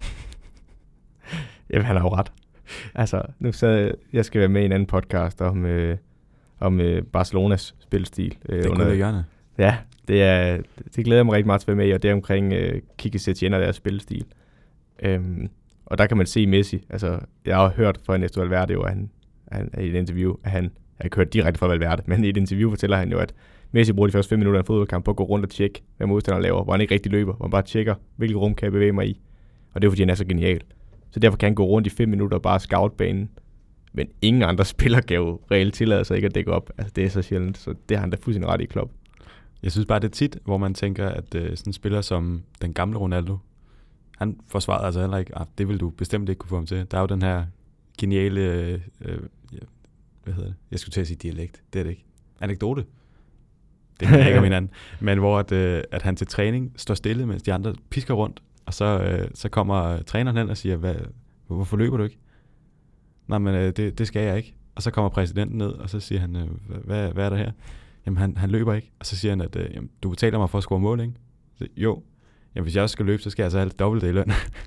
Jamen, han har jo ret. Altså, nu sad jeg skal være med i en anden podcast om, øh, om øh, Barcelonas spilstil. Øh, det under, kunne hjørne. Ja, det, er, det glæder jeg mig rigtig meget til at være med i, og det er omkring øh, Quique Setién og deres spilstil. Øhm, og der kan man se Messi. Altså, jeg har hørt fra Ernesto Valverde jo, at han, han i et interview, at han, jeg har ikke hørt direkte fra Valverde, men i et interview fortæller han jo, at Messi bruger de første fem minutter af en fodboldkamp på at gå rundt og tjekke, hvad modstanderen laver, hvor han ikke rigtig løber, hvor han bare tjekker, hvilket rum kan jeg bevæge mig i. Og det er fordi, han er så genial. Så derfor kan han gå rundt i fem minutter og bare scout banen. Men ingen andre spillere kan jo reelt tillade sig ikke at dække op. Altså, det er så sjældent, så det har han da fuldstændig ret i Klopp. Jeg synes bare, det er tit, hvor man tænker, at øh, sådan en spiller som den gamle Ronaldo, han forsvarede altså heller ikke, ah, det vil du bestemt ikke kunne få ham til. Der er jo den her geniale, øh, øh, hvad hedder det? Jeg skulle til at sige dialekt, det er det ikke. Anekdote. Det er ikke om hinanden. Men hvor at, øh, at han til træning står stille, mens de andre pisker rundt, og så, øh, så kommer træneren hen og siger, Hvad, hvorfor løber du ikke? Nej, men øh, det, det skal jeg ikke. Og så kommer præsidenten ned, og så siger han, øh, hvad, hvad er der her? Jamen, han, han løber ikke. Og så siger han, at øh, jamen, du betaler mig for at score mål, ikke? Så, jo. Jamen, hvis jeg også skal løbe, så skal jeg altså have dobbelt det i løn.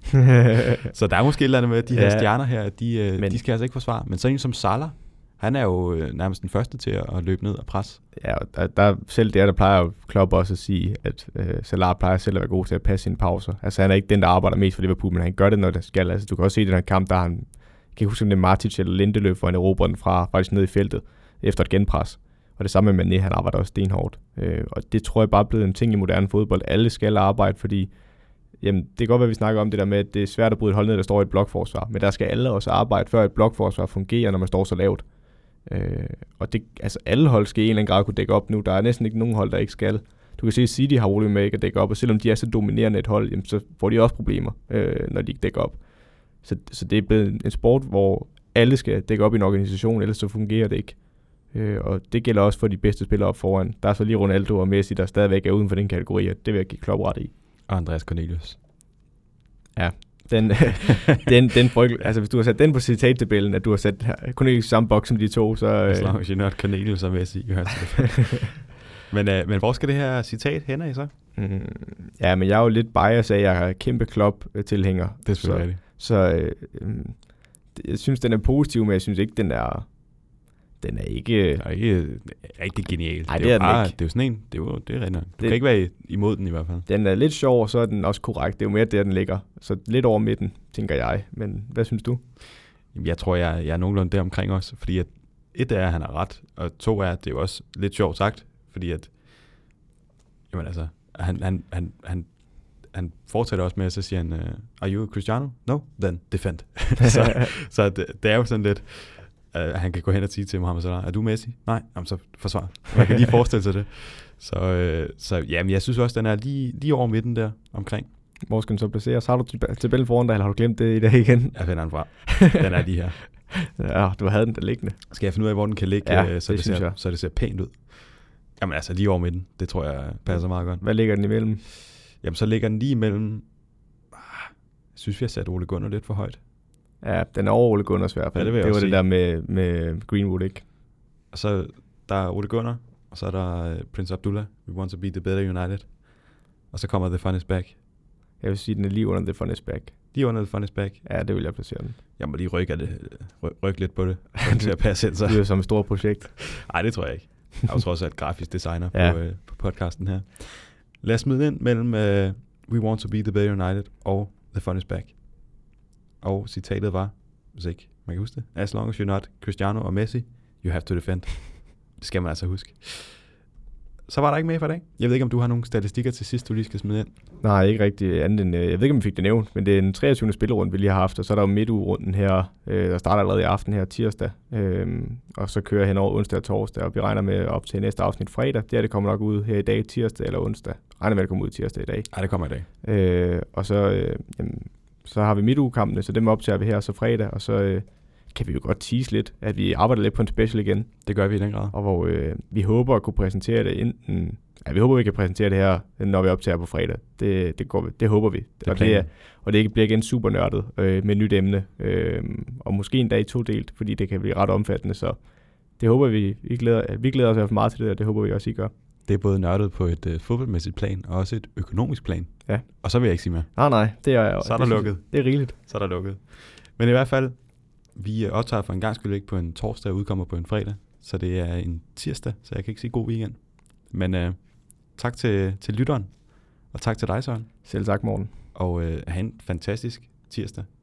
Så der er måske et eller andet med, at de her ja. stjerner her, de, øh, men, de skal altså ikke forsvare. Men så en som Salah, han er jo øh, nærmest den første til at, at løbe ned og presse. Ja, der, der, selv der, der plejer jo Klopp også at sige, at øh, Salah plejer selv at være god til at passe sine pauser. Altså, han er ikke den, der arbejder mest for Liverpool, men han gør det, når det skal. Altså, du kan også se i den her kamp, der han, jeg kan ikke huske, om det er Matic eller Lindeløf, hvor han erobrer den fra faktisk ned i feltet efter et genpres. Og det samme med Mané, han arbejder også stenhårdt. Øh, og det tror jeg bare er blevet en ting i moderne fodbold. Alle skal arbejde, fordi jamen, det kan godt være, at vi snakker om det der med, at det er svært at bryde et hold ned, der står i et blokforsvar. Men der skal alle også arbejde, før et blokforsvar fungerer, når man står så lavt. Øh, og det, altså alle hold skal i en eller anden grad kunne dække op nu. Der er næsten ikke nogen hold, der ikke skal. Du kan se, at City har problemer med ikke at dække op, og selvom de er så dominerende et hold, jamen, så får de også problemer, øh, når de ikke dækker op. Så, så det er blevet en sport, hvor alle skal dække op i en organisation, ellers så fungerer det ikke. Øh, og det gælder også for de bedste spillere op foran. Der er så lige Ronaldo og Messi, der stadigvæk er uden for den kategori, og det vil jeg give Klopp ret i. Og Andreas Cornelius. Ja, den, den, den bryg, altså hvis du har sat den på citattabellen, at du har sat Cornelius i samme boks som de to, så... As long as you're not Cornelius og Messi, men, øh, men hvor skal det her citat hen af så? Mm, ja, men jeg er jo lidt bias af, at jeg har kæmpe Klopp-tilhænger. Det er selvfølgelig Så, så øh, jeg synes, den er positiv, men jeg synes ikke, den er... Den er ikke... Det er ikke rigtig genial. Nej, det, det er, er den bare, ikke. Det er jo sådan en, det er jo det er rigtig. Du det, kan ikke være imod den i hvert fald. Den er lidt sjov, og så er den også korrekt. Det er jo mere der, den ligger. Så lidt over midten, tænker jeg. Men hvad synes du? Jeg tror, jeg, jeg er nogenlunde der omkring også, fordi at et er, at han har ret, og to er, at det er jo også lidt sjovt sagt, fordi at jamen altså, han, han, han, han, han fortsætter også med, at så siger han, uh, are you Cristiano? No? Then defend. så så det, det er jo sådan lidt... Uh, han kan gå hen og sige til Mohamed Salah, er du Messi? Nej, jamen, så forsvar. Man kan lige forestille sig det. Så, uh, så jamen, jeg synes også, den er lige, lige over midten der omkring. Hvor skal den så placeres? Har du tabellen foran dig, eller har du glemt det i dag igen? Jeg finder den fra. Den er lige her. Ja, du havde den der liggende. Skal jeg finde ud af, hvor den kan ligge, ja, uh, så, det det ser, så det ser pænt ud? Jamen altså, lige over midten. Det tror jeg passer meget godt. Hvad ligger den imellem? Jamen, så ligger den lige imellem... Jeg synes, vi har sat Ole Gunnar lidt for højt. Ja, den er over Ole Gunnars i hvert fald. Ja, det, det var sige. Det der med, med Greenwood, ikke? Og så der er Ole Gunnar, og så er der uh, Prince Abdullah. We want to be the better United. Og så kommer The Fun is Back. Jeg vil sige, den er lige under The Fun is Back. Lige under The Fun is Back? Ja, det vil jeg placere den. Jeg må lige rykke, det, ry- rykke lidt på det, til at passe ind sig. Det er jo som et stort projekt. Nej, det tror jeg ikke. Jeg er jo trods alt grafisk designer ja. på, uh, på podcasten her. Lad os smide ind mellem uh, We want to be the better United og The Fun is Back. Og citatet var, hvis ikke man kan huske det, as long as you're not Cristiano og Messi, you have to defend. Det skal man altså huske. så var der ikke mere for i dag. Jeg ved ikke, om du har nogle statistikker til sidst, du lige skal smide ind. Nej, ikke rigtig andet end, jeg ved ikke, om vi fik det nævnt, men det er den treogtyvende spillerunde, vi lige har haft, og så er der jo midtugerunden her, øh, der starter allerede i aften her tirsdag, øh, og så kører hen over onsdag og torsdag, og vi regner med op til næste afsnit fredag. Det er det kommer nok ud her i dag, tirsdag eller onsdag. Jeg regner med, at det kommer ud tirsdag i dag. Nej, det kommer i dag. Øh, og så, øh, jamen, så har vi midtugekampene, så dem optager vi her så fredag, og så øh, kan vi jo godt tease lidt, at vi arbejder lidt på en special igen. Det gør vi i den grad. Og hvor øh, vi håber at kunne præsentere det enten... Ja, vi håber, vi kan præsentere det her, når vi optager på fredag. Det, det, går vi. Det håber vi. Det og, det er, og det bliver igen super nørdet øh, med et nyt emne. Øh, og måske en dag i to delt, fordi det kan blive ret omfattende. Så det håber vi. Vi glæder, vi glæder os i hvert fald meget til det, og det håber vi også, I gør. Det er både nørdet på et øh, fodboldmæssigt plan, og også et økonomisk plan. Ja. Og så vil jeg ikke sige mere. Nej, nej. Det er, så er der det, lukket. Det er rigeligt. Så er der lukket. Men i hvert fald, vi optager for en gang skyld ikke på en torsdag og udkommer på en fredag. Så det er en tirsdag, så jeg kan ikke sige god weekend. Men øh, tak til, til lytteren, og tak til dig, Søren. Selv tak, Morten. Og øh, have en fantastisk tirsdag.